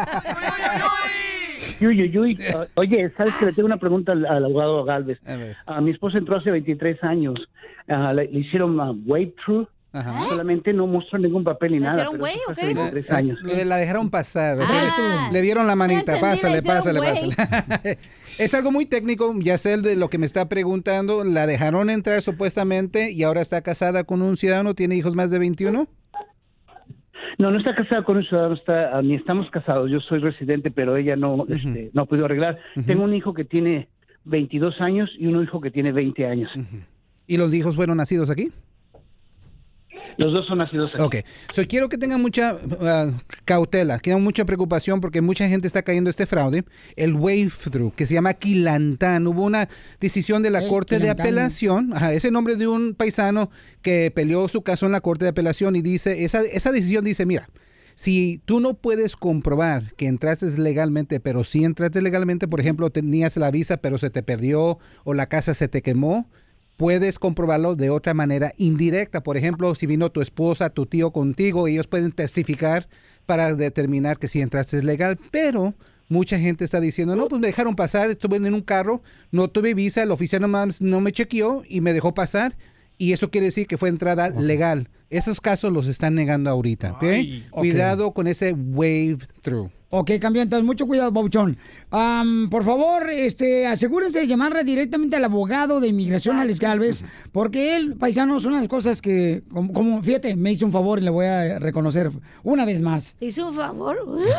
Uy, uy, uy. O- Oye, ¿sabes que le tengo una pregunta al, al abogado Galvez? A mi esposa entró hace veintitrés años. Ah, le, le hicieron uh, wave through. Solamente no mostró ningún papel ni ¿Le nada. hicieron pero wave eso o fue qué hace dijo? veintitrés años. Le- La dejaron pasar. o sea, Ah. le dieron la manita. Ya entendí, Pásale, le hicieron pásale, güey. pásale. Es algo muy técnico. Ya sé de lo que me está preguntando. La dejaron entrar supuestamente y ahora está casada con un ciudadano. ¿Tiene hijos más de veintiuno? No, no está casada con un ciudadano, está, ah, ni estamos casados. Yo soy residente, pero ella no, este, no ha podido arreglar. Tengo un hijo que tiene veintidós años y un hijo que tiene veinte años. ¿Y los hijos fueron nacidos aquí? Los dos son nacidos aquí. Ok, so, quiero que tengan mucha uh, cautela, que tengan mucha preocupación porque mucha gente está cayendo este fraude. El wave through, que se llama Quilantán. Hubo una decisión de la Eh, Corte de Quilantán. Apelación, ajá, ese nombre de un paisano que peleó su caso en la Corte de Apelación y dice, esa, esa decisión dice, mira, si tú no puedes comprobar que entraste legalmente, pero sí entraste legalmente, por ejemplo, tenías la visa pero se te perdió o la casa se te quemó, puedes comprobarlo de otra manera indirecta. Por ejemplo, si vino tu esposa, tu tío contigo, ellos pueden testificar para determinar que si entraste legal, pero mucha gente está diciendo, no, pues me dejaron pasar, estuve en un carro, no tuve visa, el oficial nomás no me chequeó y me dejó pasar, y eso quiere decir que fue entrada legal. Esos casos los están negando ahorita, ¿ok? Ay. Cuidado con ese wave through. Ok, campeón, entonces mucho cuidado, Bauchón. Am, por favor, este, asegúrense de llamarle directamente al abogado de inmigración, Alex Galvez, porque él, paisano, son las cosas que, como, como, fíjate, me hizo un favor y le voy a reconocer una vez más. ¿Hizo un favor?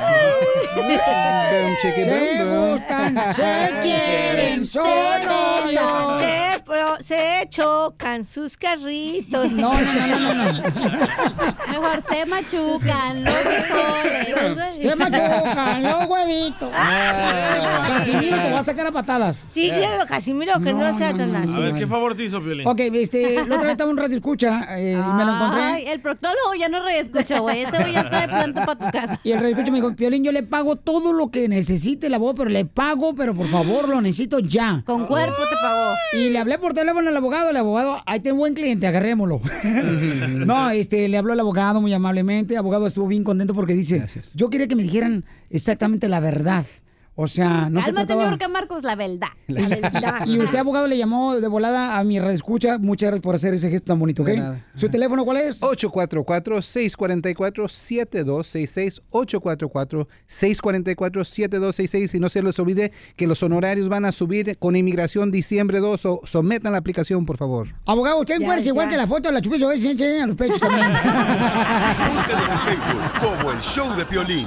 Se gustan, se quieren, son novios. Se, pro- se chocan sus carritos. No, no, no, no, no. Mejor se machucan los frijoles. Se machucan los huevitos. Ah. Casimiro te va a sacar a patadas. Sí, claro, Casimiro, que no, sea tan así. A ver, ¿qué favor te hizo, Piolín? Ok, este, la otra vez estaba en radio escucha eh, y me lo encontré. Ay, el proctólogo ya no reescucha, güey. Ese güey ya está de planta para tu casa. Y el radio escucha me dijo, Piolín, yo le pago todo lo que necesite la voz, pero le pago, pero por favor, lo necesito ya. Con cuerpo te pagó. Y le hablé por teléfono al abogado, el abogado, ahí tengo buen cliente, agarrémoslo. No, este, le habló el abogado muy amablemente, el abogado estuvo bien contento porque dice, yo quería que me dijeran exactamente la verdad. O sea, no se Cálmate, trataba... mejor que Marcos, la verdad. La verdad. Y usted, abogado, le llamó de volada a mi radioescucha. Muchas gracias por hacer ese gesto tan bonito, ¿ok? De nada. ¿Su teléfono cuál es? ocho cuatro cuatro, seis cuatro cuatro, siete dos seis seis, ocho cuatro cuatro, seis cuatro cuatro, siete dos seis seis. Y no se les olvide que los honorarios van a subir con inmigración diciembre dos. O sometan la aplicación, por favor. Abogado, usted Ya, encuentra igual ya. que la foto de la Chupillo, a ver si enseñan los pechos también. Búscanos en Facebook como El Show de Piolín.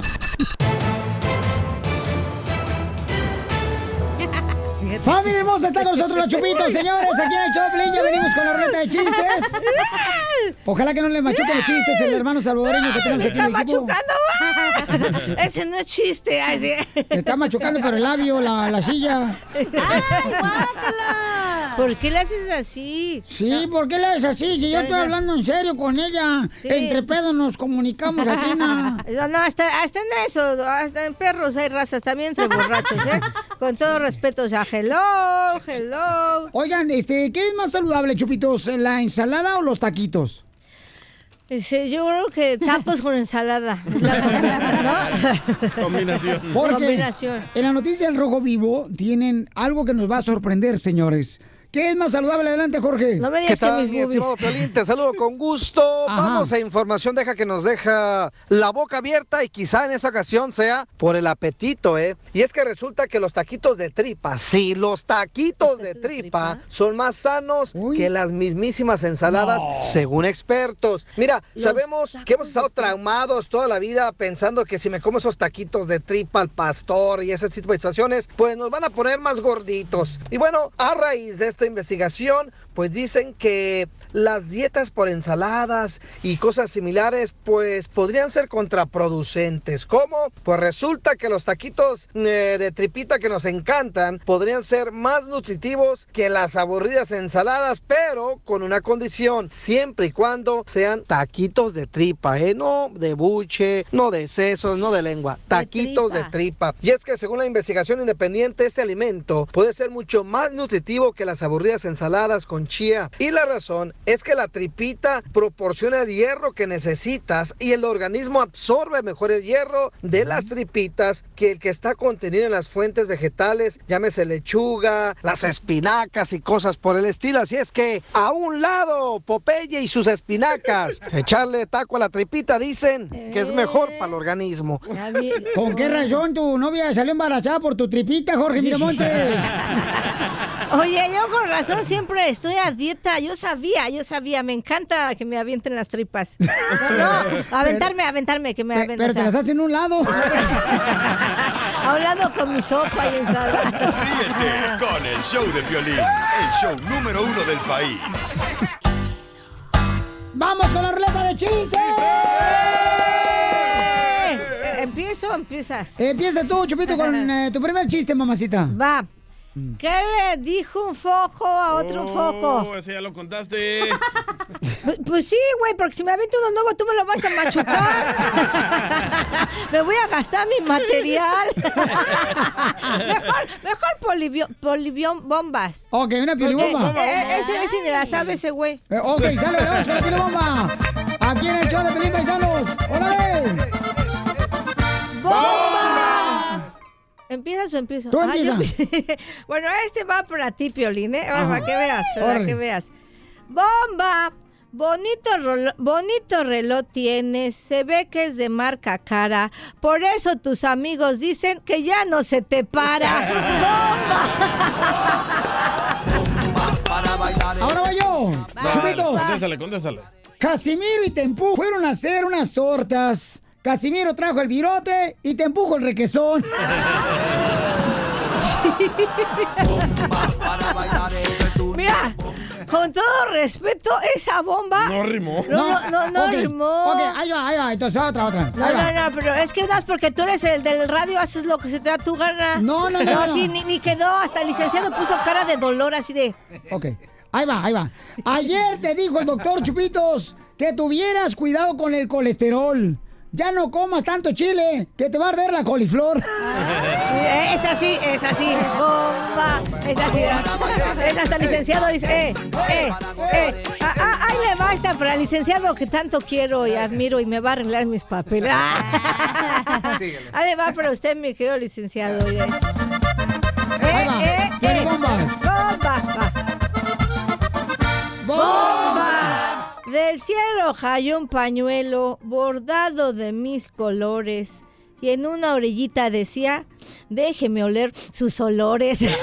Familia hermosa, está con nosotros la Chupito, señores. Aquí en el show de Piolín ya venimos con la ruleta de chistes. Ojalá que no le machuquen los chistes el hermano salvadoreño que tenemos aquí en Está el equipo. machucando. Ese no es chiste. Ay, sí. Le está machucando por el labio, la, la silla. ¡Ay, guácala! ¿Por qué le haces así? Sí, ¿por qué le haces así? Si yo estoy hablando en serio con ella. Sí. Entre pedos nos comunicamos así, ¿no? No, no, hasta, hasta en eso, hasta en perros hay razas, también entre borrachos, ¿eh? Con todo respeto, o sea, hello, hello. Oigan, este, ¿qué es más saludable, Chupitos? ¿La ensalada o los taquitos? Sí, yo creo que tacos con ensalada. La combinación, ¿no? Combinación. Porque Combinación. en la noticia del Rojo Vivo tienen algo que nos va a sorprender, señores. ¿Qué es más saludable? Adelante, Jorge. No me ¿Qué digas que tal, mis mi boobies. estimado Piolín? Te saludo con gusto. Ajá. Vamos a información, deja que nos deja la boca abierta y quizá en esa ocasión sea por el apetito, ¿eh? Y es que resulta que los taquitos de tripa, sí, los taquitos de tripa son más sanos que las mismísimas ensaladas, No. según expertos. Mira, Los sabemos que hemos tacos estado de tripa. traumados toda la vida pensando que si me como esos taquitos de tripa al pastor y ese tipo de situaciones, pues nos van a poner más gorditos. Y bueno, a raíz de esta investigación, pues dicen que las dietas por ensaladas y cosas similares, pues podrían ser contraproducentes. ¿Cómo? Pues resulta que los taquitos eh, de tripita que nos encantan podrían ser más nutritivos que las aburridas ensaladas, pero con una condición, siempre y cuando sean taquitos de tripa, ¿eh? No de buche, no de sesos, no de lengua, taquitos de tripa. Y es que según la investigación independiente, este alimento puede ser mucho más nutritivo que las aburridas ensaladas con chía. Y la razón es que la tripita proporciona el hierro que necesitas y el organismo absorbe mejor el hierro de las tripitas que el que está contenido en las fuentes vegetales, llámese lechuga, las espinacas y cosas por el estilo. Así es que a un lado Popeye y sus espinacas, echarle taco a la tripita dicen que es mejor para el organismo. ¿Con qué razón tu novia salió embarazada por tu tripita, Jorge Miramontes? Oye, yo con razón siempre estoy a dieta. Yo sabía, yo sabía. Me encanta que me avienten las tripas. No, no, aventarme, aventarme, que me Pe- avienten. pero te las hacen en un lado. A un lado con mi sopa y ensalada. Ríete con el show de Piolín, el show número uno del país. ¡Vamos con la ruleta de chistes! Eh, ¿Empiezo o empiezas? Empieza tú, Chupito, con eh, tu primer chiste, mamacita. Va. ¿Qué le dijo un foco a otro Oh, foco? ese ya lo contaste. Pues, pues sí, güey, porque si me aviento uno nuevo, tú me lo vas a machucar. Me voy a gastar mi material. mejor, mejor polibio, polibión bombas. Ok, una piolibomba. Eh, eh, ese, ese ni la sabe ese güey. Eh, ok, sale, vamos con la piolibomba. Aquí en el show de Pelín Paisanos. ¡Órale! ¡Bomba! ¿Empiezas o empiezo? Tú Ah, yo empieza. empie- bueno, este va para ti, Piolín, ¿eh? Ajá. Para que veas, para Órale. que veas. ¡Bomba! Bonito, rolo- bonito reloj tienes, se ve que es de marca cara, por eso tus amigos dicen que ya no se te para. Ahora voy yo. Dale, Chupito. Contéstale, contéstale. Casimiro y Tempú fueron a hacer unas tortas. Casimiro trajo el virote y Tempujo el requesón. Mira, con todo respeto, esa bomba... No rimó. No, no, no, no ok, rimó. Ok, ahí va, ahí va. Entonces otra, otra. No, Ahí va. no, no, pero es que das porque tú eres el del radio, haces lo que se te da tu gana. No, no, no, No, no. sí, ni, ni quedó, hasta el licenciado puso cara de dolor así de... Ok, ahí va, ahí va. Ayer te dijo el doctor Chupitos que tuvieras cuidado con el colesterol. Ya no comas tanto chile, que te va a arder la coliflor. Eh, Es así, es así. Bomba. Es así. Es hasta el licenciado dice, eh, eh, eh. Ah, ah, ahí le va esta para el licenciado que tanto quiero y admiro y me va a arreglar mis papeles. Ah. Ahí le va para usted, mi querido licenciado. Oye. Eh, Ahí va. eh, Dale, eh. bombas. Bomba. Va. ¡Bomba! Del cielo cayó un pañuelo bordado de mis colores y en una orillita decía, déjeme oler sus olores. ¿Eh?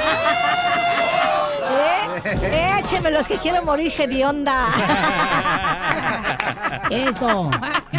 Écheme los que quiero morir, hedionda. Eso.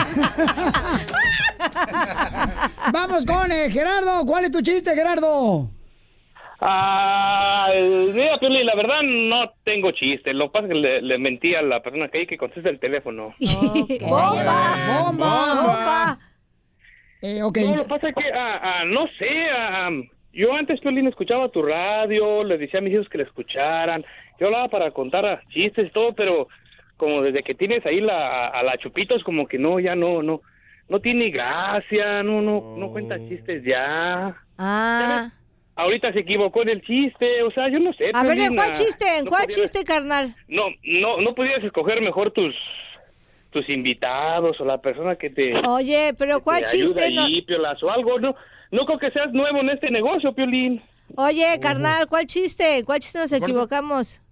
Vamos con eh, Gerardo. ¿Cuál es tu chiste, Gerardo? Ah, mira, Piolín, la verdad no tengo chiste. Lo que pasa es que le, le mentí a la persona que hay que contesta el teléfono. ¡Bomba! ¡Bomba! ¡Bomba! Eh, ok. No, lo que pasa es que, ah, ah, no sé, ah, yo antes, Piolín, escuchaba tu radio, les decía a mis hijos que la escucharan. Yo hablaba para contar ah, chistes y todo, pero como desde que tienes ahí la, a la Chupitos, como que no, ya no, no, no tiene gracia, no, no, no cuenta chistes ya. Ah. Ahorita se equivocó en el chiste, o sea, yo no sé. A ver, ¿en Piolín, cuál ah, chiste? ¿En no cuál pudiera- chiste, carnal? No, no, no pudieras escoger mejor tus tus invitados o la persona que te, Oye, pero ¿cuál te ayuda chiste? No... ahí, Piolas, o algo, no, no creo que seas nuevo en este negocio, Piolín. Oye, carnal, ¿cuál chiste? ¿Cuál chiste nos equivocamos?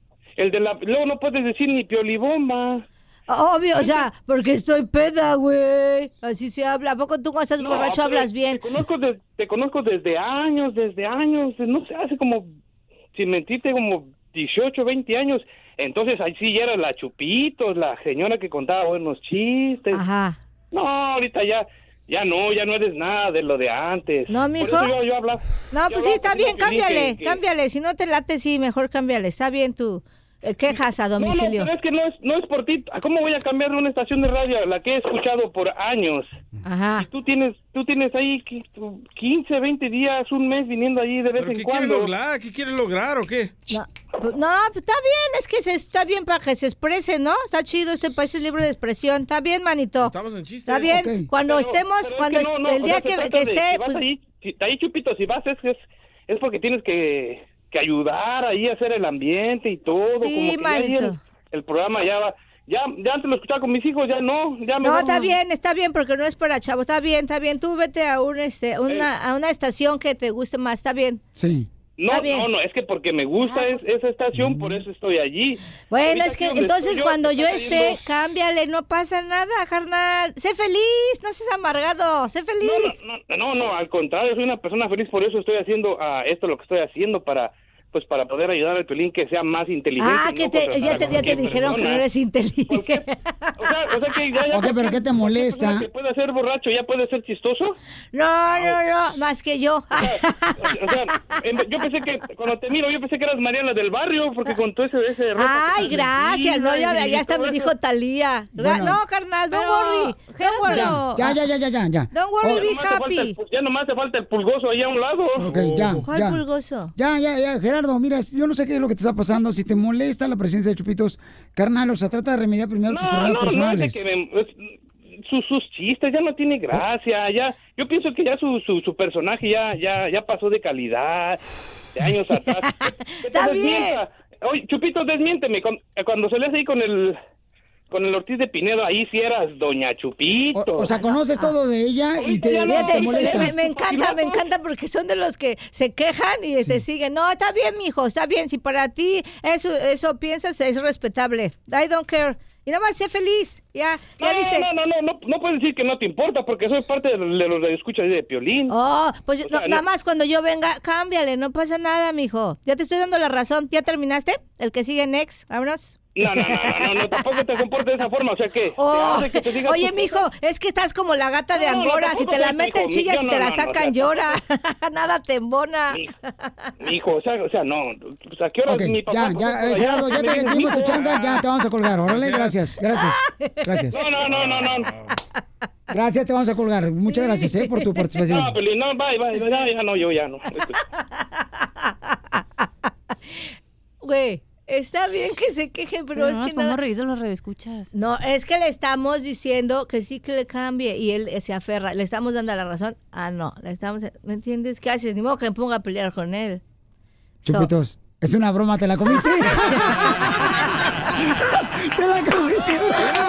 El de la... Luego no puedes decir ni piolibomba. Obvio, o sea, porque estoy peda, güey. Así se habla. ¿A poco tú cuando estás No, borracho pero hablas bien? Te conozco, de- te conozco desde años, desde años. No sé, hace como, sin mentirte, como dieciocho, veinte años. Entonces ahí sí ya era la Chupitos, la señora que contaba buenos chistes. Ajá. No, ahorita ya... Ya no, ya no eres nada de lo de antes. No, mijo. Por eso yo, yo hablaba- No, yo pues sí, hablaba está con bien, una Piolín cámbiale, que- que- cámbiale. Si no te late, sí, mejor cámbiale. Está bien tú. Eh, quejas a No, no, domicilio. pero es que no es, no es por ti. ¿Cómo voy a cambiar de una estación de radio a la que he escuchado por años? Ajá. Y tú tienes, tú tienes ahí qui- quince, veinte días, un mes viniendo ahí de vez ¿Pero en qué quiere cuando. lograr? ¿Qué quiere lograr o qué? No, pues, no, pues está bien, es que se, está bien para que se exprese, ¿no? Está chido, este país es libre de expresión. Está bien, manito. Estamos en chiste. Está bien, Ok. cuando Pero- estemos, pero es cuando que no, est- no, el o día sea, se que, trata que de- esté, si vas pues, ahí, si, ahí, Chupito, si vas es, es, es porque tienes que, que ayudar ahí a hacer el ambiente y todo. Sí, como que ya ahí manito. el, el programa ya va... Ya, ya antes lo escuchaba con mis hijos, ya no. Ya no, mejor está bien, está bien, porque no es para chavos. Está bien, está bien. Tú vete a un, este, una, a una estación que te guste más. Está bien. Sí. No, Está bien. no, no, es que porque me gusta es- esa estación, por eso estoy allí. Bueno, Ahorita es que aquí donde entonces estoy cuando te yo está esté, cayendo- cámbiale, no pasa nada, carnal. Sé feliz, no seas amargado, sé feliz. No, no, no, al contrario, soy una persona feliz, por eso estoy haciendo ah, esto, lo que estoy haciendo para, pues, para poder ayudar al Piolín que sea más inteligente. Ah, y que no te, contratar ya a te, ya te cualquier dijeron que no persona. eres inteligente. O sea, o sea que ya, ya Ok, pero ¿qué te molesta? que puede ser borracho, ya puede ser chistoso. No, no, no, más que yo. O sea, en- yo pensé que, cuando te miro, yo pensé que eras Mariana del barrio, porque con todo ese, ese ropa que Ay, estás gracias, no, ya, vestida y ya hasta todo me eso. dijo Talía. Bueno. No, carnal, don't Pero, worry. Don't worry. pero- Ya, ya, ya, ya, ya, ya. Don't worry, Oh, be Nomás te falta el happy. pu- ya nomás te falta el pulgoso ahí a un lado. Ok, ya, ¿Cuál ya. pulgoso? Ya, ya, ya, Gerardo, mira, yo no sé qué es lo que te está pasando. Si te molesta la presencia de Chupitos, carnal, o sea, trata de remediar primero tus No, problemas no, no, es personales. de que me- es- sus, sus chistes ya no tiene gracia, ya, yo pienso que ya su, su, su personaje ya, ya, ya pasó de calidad, de años atrás. Está Entonces, bien. mienta. Oye, Chupito, desmiénteme, cuando, cuando salías ahí con el, con el Ortiz de Pinedo, ahí sí eras Doña Chupito. O, o sea, conoces todo de ella y te, ya no, te Fíjate, molesta. me, me encanta, me encanta porque son de los que se quejan y te siguen. No, está bien, mijo, está bien. Si para ti eso, eso piensas, es respetable. I don't care. Y nada más sé feliz. Ya, ya no, viste. no, no, no, no, no puedes decir que no te importa porque soy parte de, de los que escuchas de Piolín. Oh, pues O no, sea, nada no- más cuando yo venga, cámbiale, no pasa nada, mijo. Ya te estoy dando la razón. ¿Ya terminaste? El que sigue next, vámonos. No, no, no, no, no, no, tampoco te comportes de esa forma, o sea que... Oh, te hace que te diga oye, tu- mijo, es que estás como la gata de No, no, Angora. Si tampoco te la soy tu meten hijo, chillas yo y no, te la no, no, sacan, o sea, llora. Nada te embona. Hijo, o sea, o sea, no, o sea, ¿qué hora Ok, mi papá? ya, pasó ya, por eh, allá? Gerardo, ya Me te dijo, dimos tu "Hijo". chance, ya te vamos a colgar. Órale, gracias, gracias, gracias. No, no, no, no, no. Gracias, te vamos a colgar. Muchas gracias, eh, por tu participación. No, Pelín, no, bye, bye, bye, ya, ya no, yo ya no. Güey, está bien que se quejen, pero, Pero es no que nos podemos nada- reír de los redescuchas. No, es que le estamos diciendo que sí que le cambie y él eh, se aferra. Le estamos dando la razón. Ah, no, le estamos... ¿Me entiendes? ¿Qué haces? Ni modo que me ponga a pelear con él. So- Chupitos, es una broma, ¿te la comiste? ¿Te la comiste?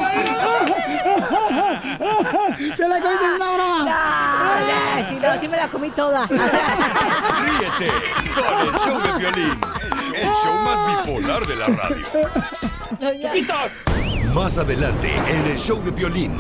¿Te la comiste? Es una broma. No, ya, sí, no, sí me la comí toda. Ríete con el show de Piolín, el, el show más bipolar de la radio. Más adelante en el show de Piolín.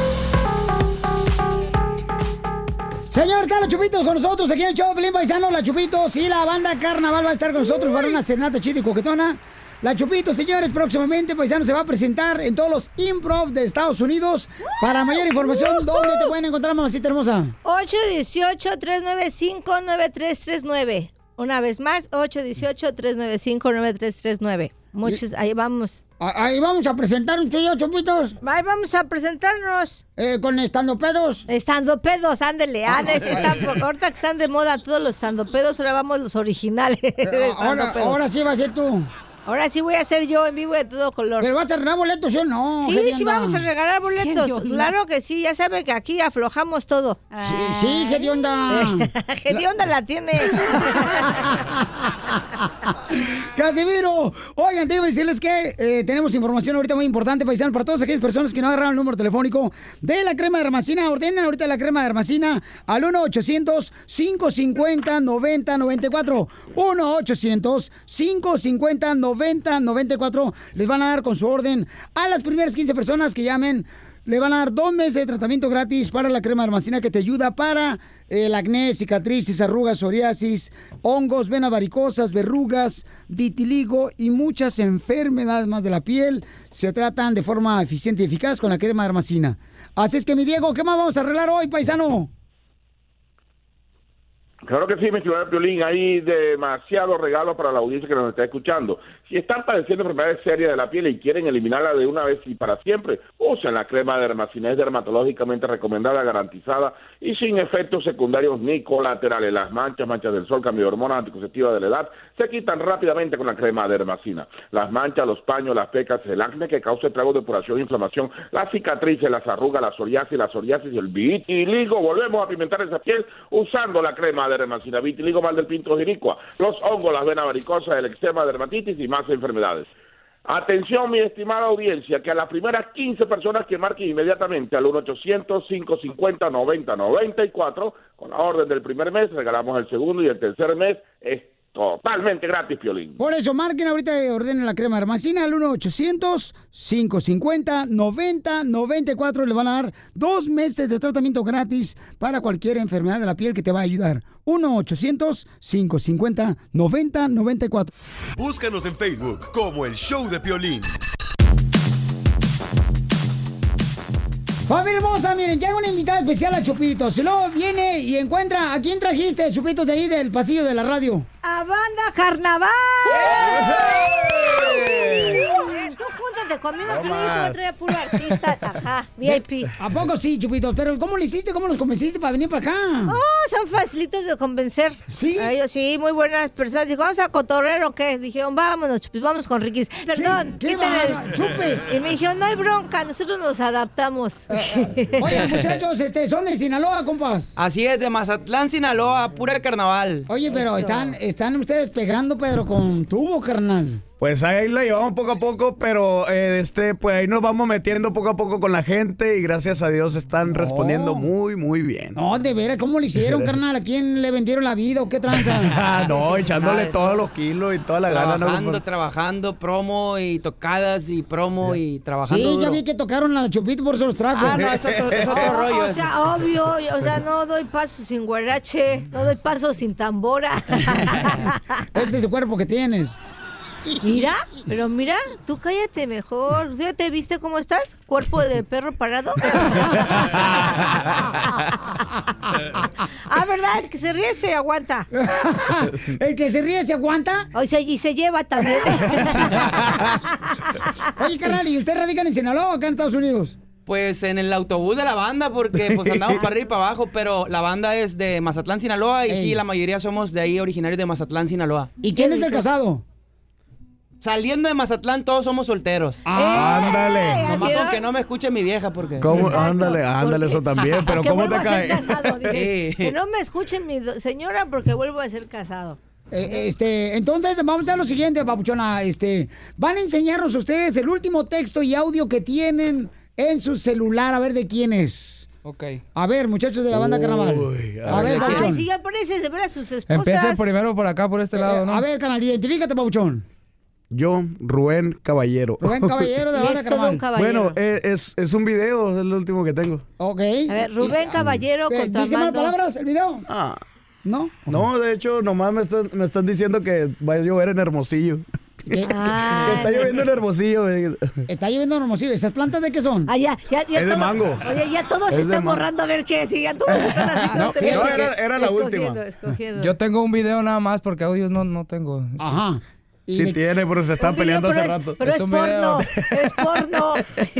Señor, está la Chupitos con nosotros aquí en el show de Pelín Paisano. La Chupitos y la banda Carnaval va a estar con nosotros para una serenata chida y coquetona. La Chupitos, señores, próximamente Paisano se va a presentar en todos los improv de Estados Unidos. Para mayor información, ¿dónde te pueden encontrar, mamacita hermosa? ocho uno ocho, tres nueve cinco, nueve tres tres nueve. Una vez más, ocho uno ocho, tres nueve cinco, nueve tres tres nueve. Muchos, ahí vamos. Ahí vamos a presentar un tuyo, Chupitos. Ahí vamos a presentarnos. Eh, con estandopedos. Estandopedos, ándele, ándale. Están, ahorita que están de moda todos los estandopedos, ahora vamos los originales. Eh, ahora, Estandopedos. ahora sí va a ser tú. Ahora sí voy a hacer yo en vivo de todo color. ¿Pero vas a regalar boletos, sí o no? Sí, Hedionda? sí vamos a regalar boletos. Claro que sí, ya sabe que aquí aflojamos todo. Sí, sí, ¿qué onda? ¿Qué onda la tiene? Casimiro, oigan, tengo que decirles que eh, tenemos información ahorita muy importante, paisano, para todas aquellas personas que no agarraron el número telefónico de la crema de Dermacina. Ordenen ahorita la crema de Dermacina al uno ochocientos, cinco cincuenta, noventa noventa y cuatro. uno ochocientos, cinco cincuenta, noventa noventa y cuatro. Les van a dar con su orden a las primeras quince personas que llamen. Le van a dar dos meses de tratamiento gratis para la crema de Dermacina que te ayuda para el acné, cicatrices, arrugas, psoriasis, hongos, venas varicosas, verrugas, vitiligo y muchas enfermedades más de la piel. Se tratan de forma eficiente y eficaz con la crema de Dermacina. Así es que, mi Diego, ¿qué más vamos a arreglar hoy, paisano? Claro que sí, mi estimado Piolín, hay demasiados regalos para la audiencia que nos está escuchando. Si están padeciendo enfermedades serias de la piel y quieren eliminarla de una vez y para siempre, usen la crema de Dermacina, es dermatológicamente recomendada, garantizada y sin efectos secundarios ni colaterales. Las manchas, manchas del sol, cambio de hormonas, anticonceptivas de la edad, se quitan rápidamente con la crema de Dermacina. Las manchas, los paños, las pecas, el acné que causa estragos, depuración, inflamación, las cicatrices, las arrugas, la psoriasis, la psoriasis y el vitiligo. Volvemos a pimentar esa piel usando la crema de Dermacina, vitiligo, mal del pinto jiricua, los hongos, las venas varicosas, el eczema, dermatitis y más enfermedades. Atención, mi estimada audiencia, que a las primeras quince personas que marquen inmediatamente al uno ochocientos, cinco cincuenta, noventa noventa y cuatro, con la orden del primer mes, regalamos el segundo y el tercer mes es totalmente gratis, Piolín. Por eso, marquen ahorita y ordenen la crema de Dermacina al uno ochocientos, cinco cincuenta, noventa noventa y cuatro. Le van a dar dos meses de tratamiento gratis para cualquier enfermedad de la piel que te va a ayudar. uno ochocientos, cinco cincuenta, noventa noventa y cuatro. Búscanos en Facebook como El Show de Piolín. Familia hermosa, miren, llega una invitada especial a Chupitos. Y luego viene y encuentra a quién trajiste, Chupitos, de ahí del pasillo de la radio. ¡A Banda Carnaval! ¡Eh! Tú júntate conmigo, No pero yo te voy a más. traer puro artista. Ajá, V I P. ¿A poco sí, Chupitos? Pero ¿cómo lo hiciste? ¿Cómo los convenciste para venir para acá? Oh, son facilitos de convencer. ¿Sí? A ellos sí, muy buenas personas. Dijo, ¿vamos a cotorrer o qué? Dijeron, vámonos, Chupis, vamos con Riquis. Perdón, ¿Qué quiten el- va? Chupes. Y me dijeron, no hay bronca, nosotros nos adaptamos. Oye, muchachos, este, son de Sinaloa, compas. Así es, de Mazatlán, Sinaloa, pura carnaval. Oye, pero están, están ustedes pegando, Pedro, con tubo, carnal. Pues ahí la llevamos poco a poco, pero eh, este, pues ahí nos vamos metiendo poco a poco con la gente y gracias a Dios están respondiendo muy, muy bien. No, de veras, ¿cómo le hicieron, carnal? ¿A quién le vendieron la vida o qué tranza? No, echándole Ah, eso. todos los kilos y toda la gana. Trabajando, ¿no? trabajando, promo y tocadas y promo y trabajando Sí, ya duro. vi que tocaron a Chupito, por eso los trajo. Ah, no, es otro- es otro Oh, rollo O ese. sea, obvio, o sea, no doy paso sin guarache, no doy paso sin tambora. Ese es el cuerpo que tienes. Mira, pero mira, tú cállate mejor. ¿Tú ya te viste cómo estás? ¿Cuerpo de perro parado? Ah, ¿verdad? El que se ríe se aguanta. ¿El que se ríe se aguanta? O sea, y se lleva también. Oye, carnal, ¿y usted radican en Sinaloa o acá en Estados Unidos? Pues en el autobús de la banda, porque pues andamos para arriba y para abajo, pero la banda es de Mazatlán, Sinaloa, y Ey. sí, la mayoría somos de ahí, originarios de Mazatlán, Sinaloa. ¿Y quién es el casado? Saliendo de Mazatlán, todos somos solteros. Ándale. Nomás ¿vieron? con que no me escuche mi vieja, porque... ¿Cómo? Ándale, ándale, eso también, pero Que ¿cómo vuelva te a ser cae? casado, dije. Sí. Que no me escuche mi do- señora porque vuelvo a ser casado. Eh, este, entonces vamos a hacer lo siguiente, papuchona. Este, van a enseñarnos ustedes el último texto y audio que tienen en su celular, a ver de quién es. Ok. A ver, muchachos de la banda Carnaval. A, ver, Ay, papuchón. si ya parece de ver a sus esposas. Empieza primero por acá, por este lado, ¿no? A ver, canal, identifícate, papuchón. Yo, Rubén Caballero. Rubén Caballero de la Y banda es todo un Carnaval. caballero. Bueno, eh, es, es un video, es el último que tengo. Ok. A ver, Rubén Caballero Eh, contra ¿Dice malas Armando. palabras el video? Ah. ¿No? No, de hecho, nomás me están, me están diciendo que va a llover en Hermosillo. ¿Qué? Ah, Que está lloviendo en Hermosillo. eh. Está lloviendo en Hermosillo. ¿Esas plantas de qué son? Ah, ya, ya, ya Es de todo- mango. Oye, ya todos Es se de están mango. borrando a ver qué, si ya todos están así. No, como fíjate que- que era- era la escogiendo, última. escogiendo. Yo tengo un video nada más porque audios no, no tengo. Ajá. Sí tiene, pero se están Un video, peleando pero hace es- rato. Pero es, un porno, video. es porno.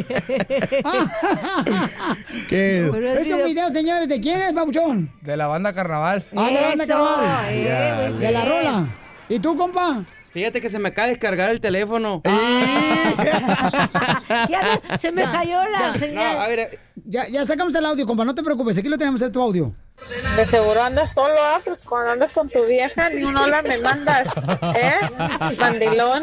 ¿Qué? Pero es Es un video- video, señores. ¿De quién es, papuchón? De la banda Carnaval. Ah, de la banda Eso, Carnaval. eh, muy De la bien. rola. ¿Y tú, compa? Fíjate que se me acaba de descargar el teléfono. Ya no, se me cayó la No, señal. a ver, Ya, ya sacamos el audio, compa, no te preocupes, aquí lo tenemos en tu audio. De seguro andas solo, ¿ah? Pues cuando andas con tu vieja, ni un hola me mandas, ¿eh? Mandilón.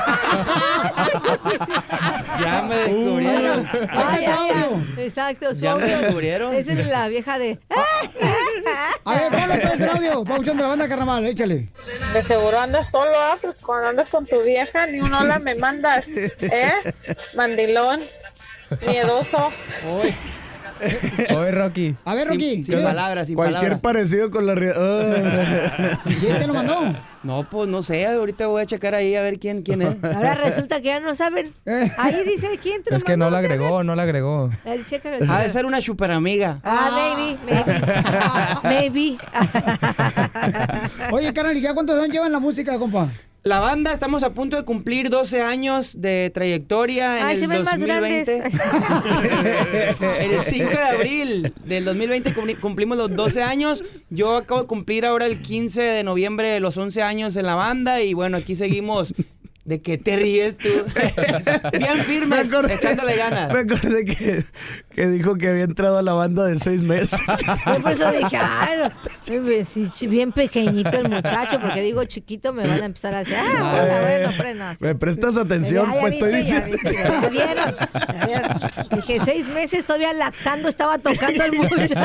ya me descubrieron. Ay, ay, ay. Exacto, su Ya me audio. descubrieron. Esa es la vieja de... A ver, ponle otra vez el audio, Pabuchón de la banda Carnaval, échale. De seguro andas solo, ¿ah? Pues cuando andas con tu vieja, ni un hola me mandas, ¿eh? Mandilón. Miedoso. Oye, Rocky. A ver, Rocky. Sin, sin palabras, sin Cualquier palabras. parecido con la... rea- Ah. ¿Quién te lo mandó? No, pues no sé, ahorita voy a checar ahí a ver quién, quién es. Ahora resulta que ya no saben. Ahí dice quién te lo Es que no mandó, la otra agregó, no la agregó. vez. Ahí, chécalo, Ha de chécalo. ser una super amiga. Ah, maybe, maybe. Maybe. Oye, carnal, ¿y ya cuántos años llevan la música, compa? La banda, estamos a punto de cumplir doce años de trayectoria en Ay, el se ven más dos mil veinte. grandes. El cinco de abril del dos mil veinte cumpli- cumplimos los doce años. Yo acabo de cumplir ahora el quince de noviembre los once años en la banda y bueno, aquí seguimos. ¿De qué te ríes tú? Bien firmes, Me acordé- echándole ganas. Me acordé que, que dijo que había entrado a la banda de seis meses. Yo por eso dije, ay, no, sí, sí, bien pequeñito el muchacho, porque digo chiquito me van a empezar a decir, ah, bueno, bueno, pues no. ¿Me prestas atención? Ya, ya Pues estoy viste, ya diciendo. viste, ya vieron, ya vieron. Dije, seis meses todavía lactando, estaba tocando el muchacho.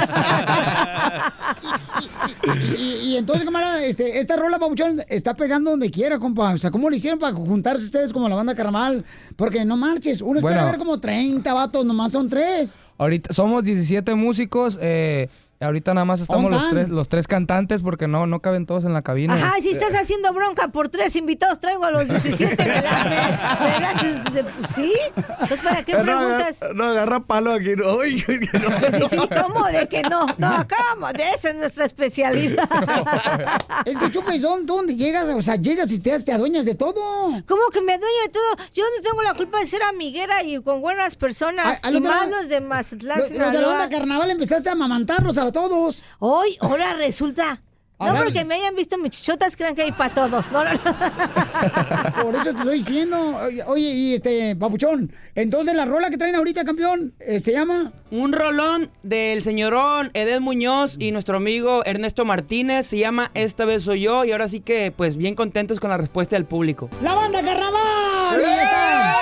Y, y entonces, camarada, este, esta rola, Pabuchón, está pegando donde quiera, compa. O sea, ¿cómo lo hicieron para juntarse ustedes como la banda Carnaval? Porque no marches, uno espera Bueno. ver como treinta vatos, nomás son tres. Ahorita somos diecisiete músicos. Eh, ahorita nada más estamos ¿Dónde los están? tres, los tres cantantes porque no, no caben todos en la cabina. Ajá, si estás haciendo bronca por tres invitados, traigo a los diecisiete. ¿Me la, me, me la haces de- ¿Sí? Entonces, ¿para qué No, preguntas? agarra- no, agarra palo aquí. No, Uy, Sí, sí, ¿cómo? ¿De que no? No, acá, de esa es nuestra especialidad. Es que chupezón, ¿tú dónde llegas? O sea, llegas y te, te adueñas de todo. ¿Cómo que me dueño de todo? Yo no tengo la culpa de ser amiguera y con buenas personas. A- a y los de la- más los de Mazatlán, Los, los de la Sinaloa. banda Carnaval empezaste a amamantarlos a todos. Hoy, ahora resulta. A No ver. porque me hayan visto mis chichotas, crean que hay para todos. No, no, no. Por eso te estoy diciendo. Oye, Oye, y este, Papuchón, entonces la rola que traen ahorita, campeón, eh, se llama... Un rolón del señorón Edel Muñoz y nuestro amigo Ernesto Martínez. Se llama Esta vez soy yo. Y ahora sí que, pues, bien contentos con la respuesta del público. ¡La banda Carnaval! ¡Ahí está!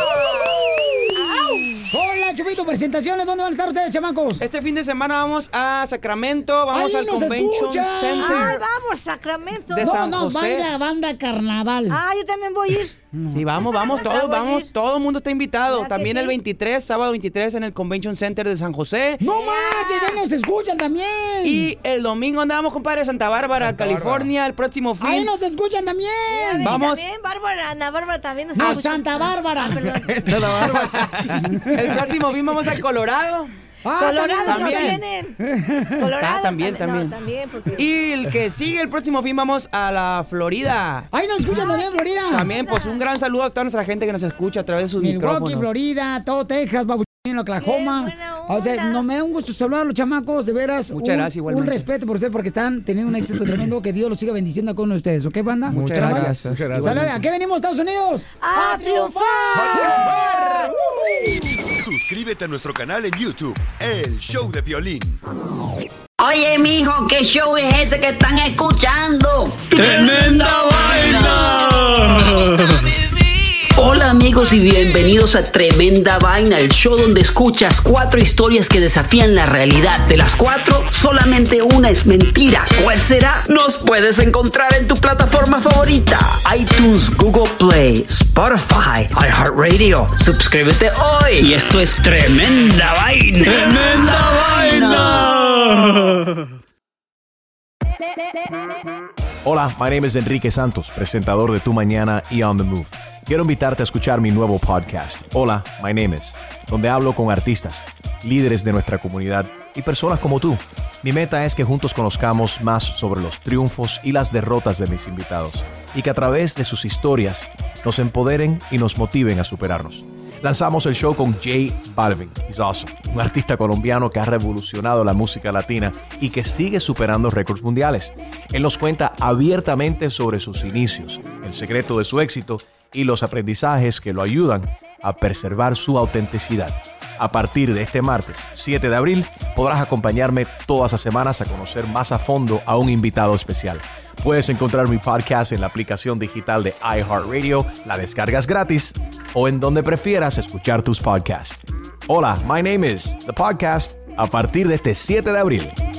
Hola, Chupito, presentaciones. ¿Dónde van a estar ustedes, chamacos? Este fin de semana vamos a Sacramento, vamos ¡Ahí al nos Convention escuchan! Center. Ah, vamos, Sacramento. De no, San no, José. va la banda Carnaval. Ah, yo también voy a ir. Sí, vamos, vamos, todos, Voy a vamos, ir. todo el mundo está invitado. ¿Verdad que También el sí? veintitrés, sábado veintitrés en el Convention Center de San José. ¡No manches! ¡Ahí nos escuchan también! Y el domingo andamos, compadre, Santa Bárbara, Santa California, el próximo fin. ¡Ahí nos escuchan también! Mira, Vicky Vamos. También, Bárbara, Ana Bárbara también nos ¡No, escucha. Santa Bárbara! Ah, perdón. El próximo fin vamos al Colorado. Ah, Colorado también. también. vienen. Colorado Ah, también, también. No, también porque... Y el que sigue el próximo fin vamos a la Florida. ¡Ahí nos escuchan también, Florida! También, pues un gran saludo a toda nuestra gente que nos escucha a través de sus Milwaukee, micrófonos. Florida, todo Texas, Babuchín, Oklahoma. Qué buena O sea, onda. no me da un gusto saludar a los chamacos, de veras. Muchas un, gracias, Un igualmente. respeto por ustedes porque están teniendo un éxito tremendo. Que Dios los siga bendiciendo con ustedes, ¿ok, banda? Muchas Chamacos. gracias. Muchas gracias. Salud, ¿a qué venimos, Estados Unidos? ¡A triunfar! Suscríbete a nuestro canal en YouTube, El Show de Piolín. Oye, mijo, ¿qué show es ese que están escuchando? ¡Tremenda Vaina! Hola amigos y bienvenidos a Tremenda Vaina, el show donde escuchas cuatro historias que desafían la realidad. De las cuatro, solamente una es mentira. ¿Cuál será? Nos puedes encontrar en tu plataforma favorita: iTunes, Google Play, Spotify, iHeartRadio. Suscríbete hoy. Y esto es Tremenda Vaina. ¡Tremenda Vaina! Hola, my name is Enrique Santos, presentador de Tu Mañana y On The Move. Quiero invitarte a escuchar mi nuevo podcast, Hola, my name is, donde hablo con artistas, líderes de nuestra comunidad y personas como tú. Mi meta es que juntos conozcamos más sobre los triunfos y las derrotas de mis invitados y que a través de sus historias nos empoderen y nos motiven a superarnos. Lanzamos el show con J Balvin, he's awesome, un artista colombiano que ha revolucionado la música latina y que sigue superando récords mundiales. Él nos cuenta abiertamente sobre sus inicios, el secreto de su éxito y los aprendizajes que lo ayudan a preservar su autenticidad. A partir de este martes, siete de abril, podrás acompañarme todas las semanas a conocer más a fondo a un invitado especial. Puedes encontrar mi podcast en la aplicación digital de iHeartRadio, la descargas gratis, o en donde prefieras escuchar tus podcasts. Hola, my name is The Podcast, a partir de este siete de abril.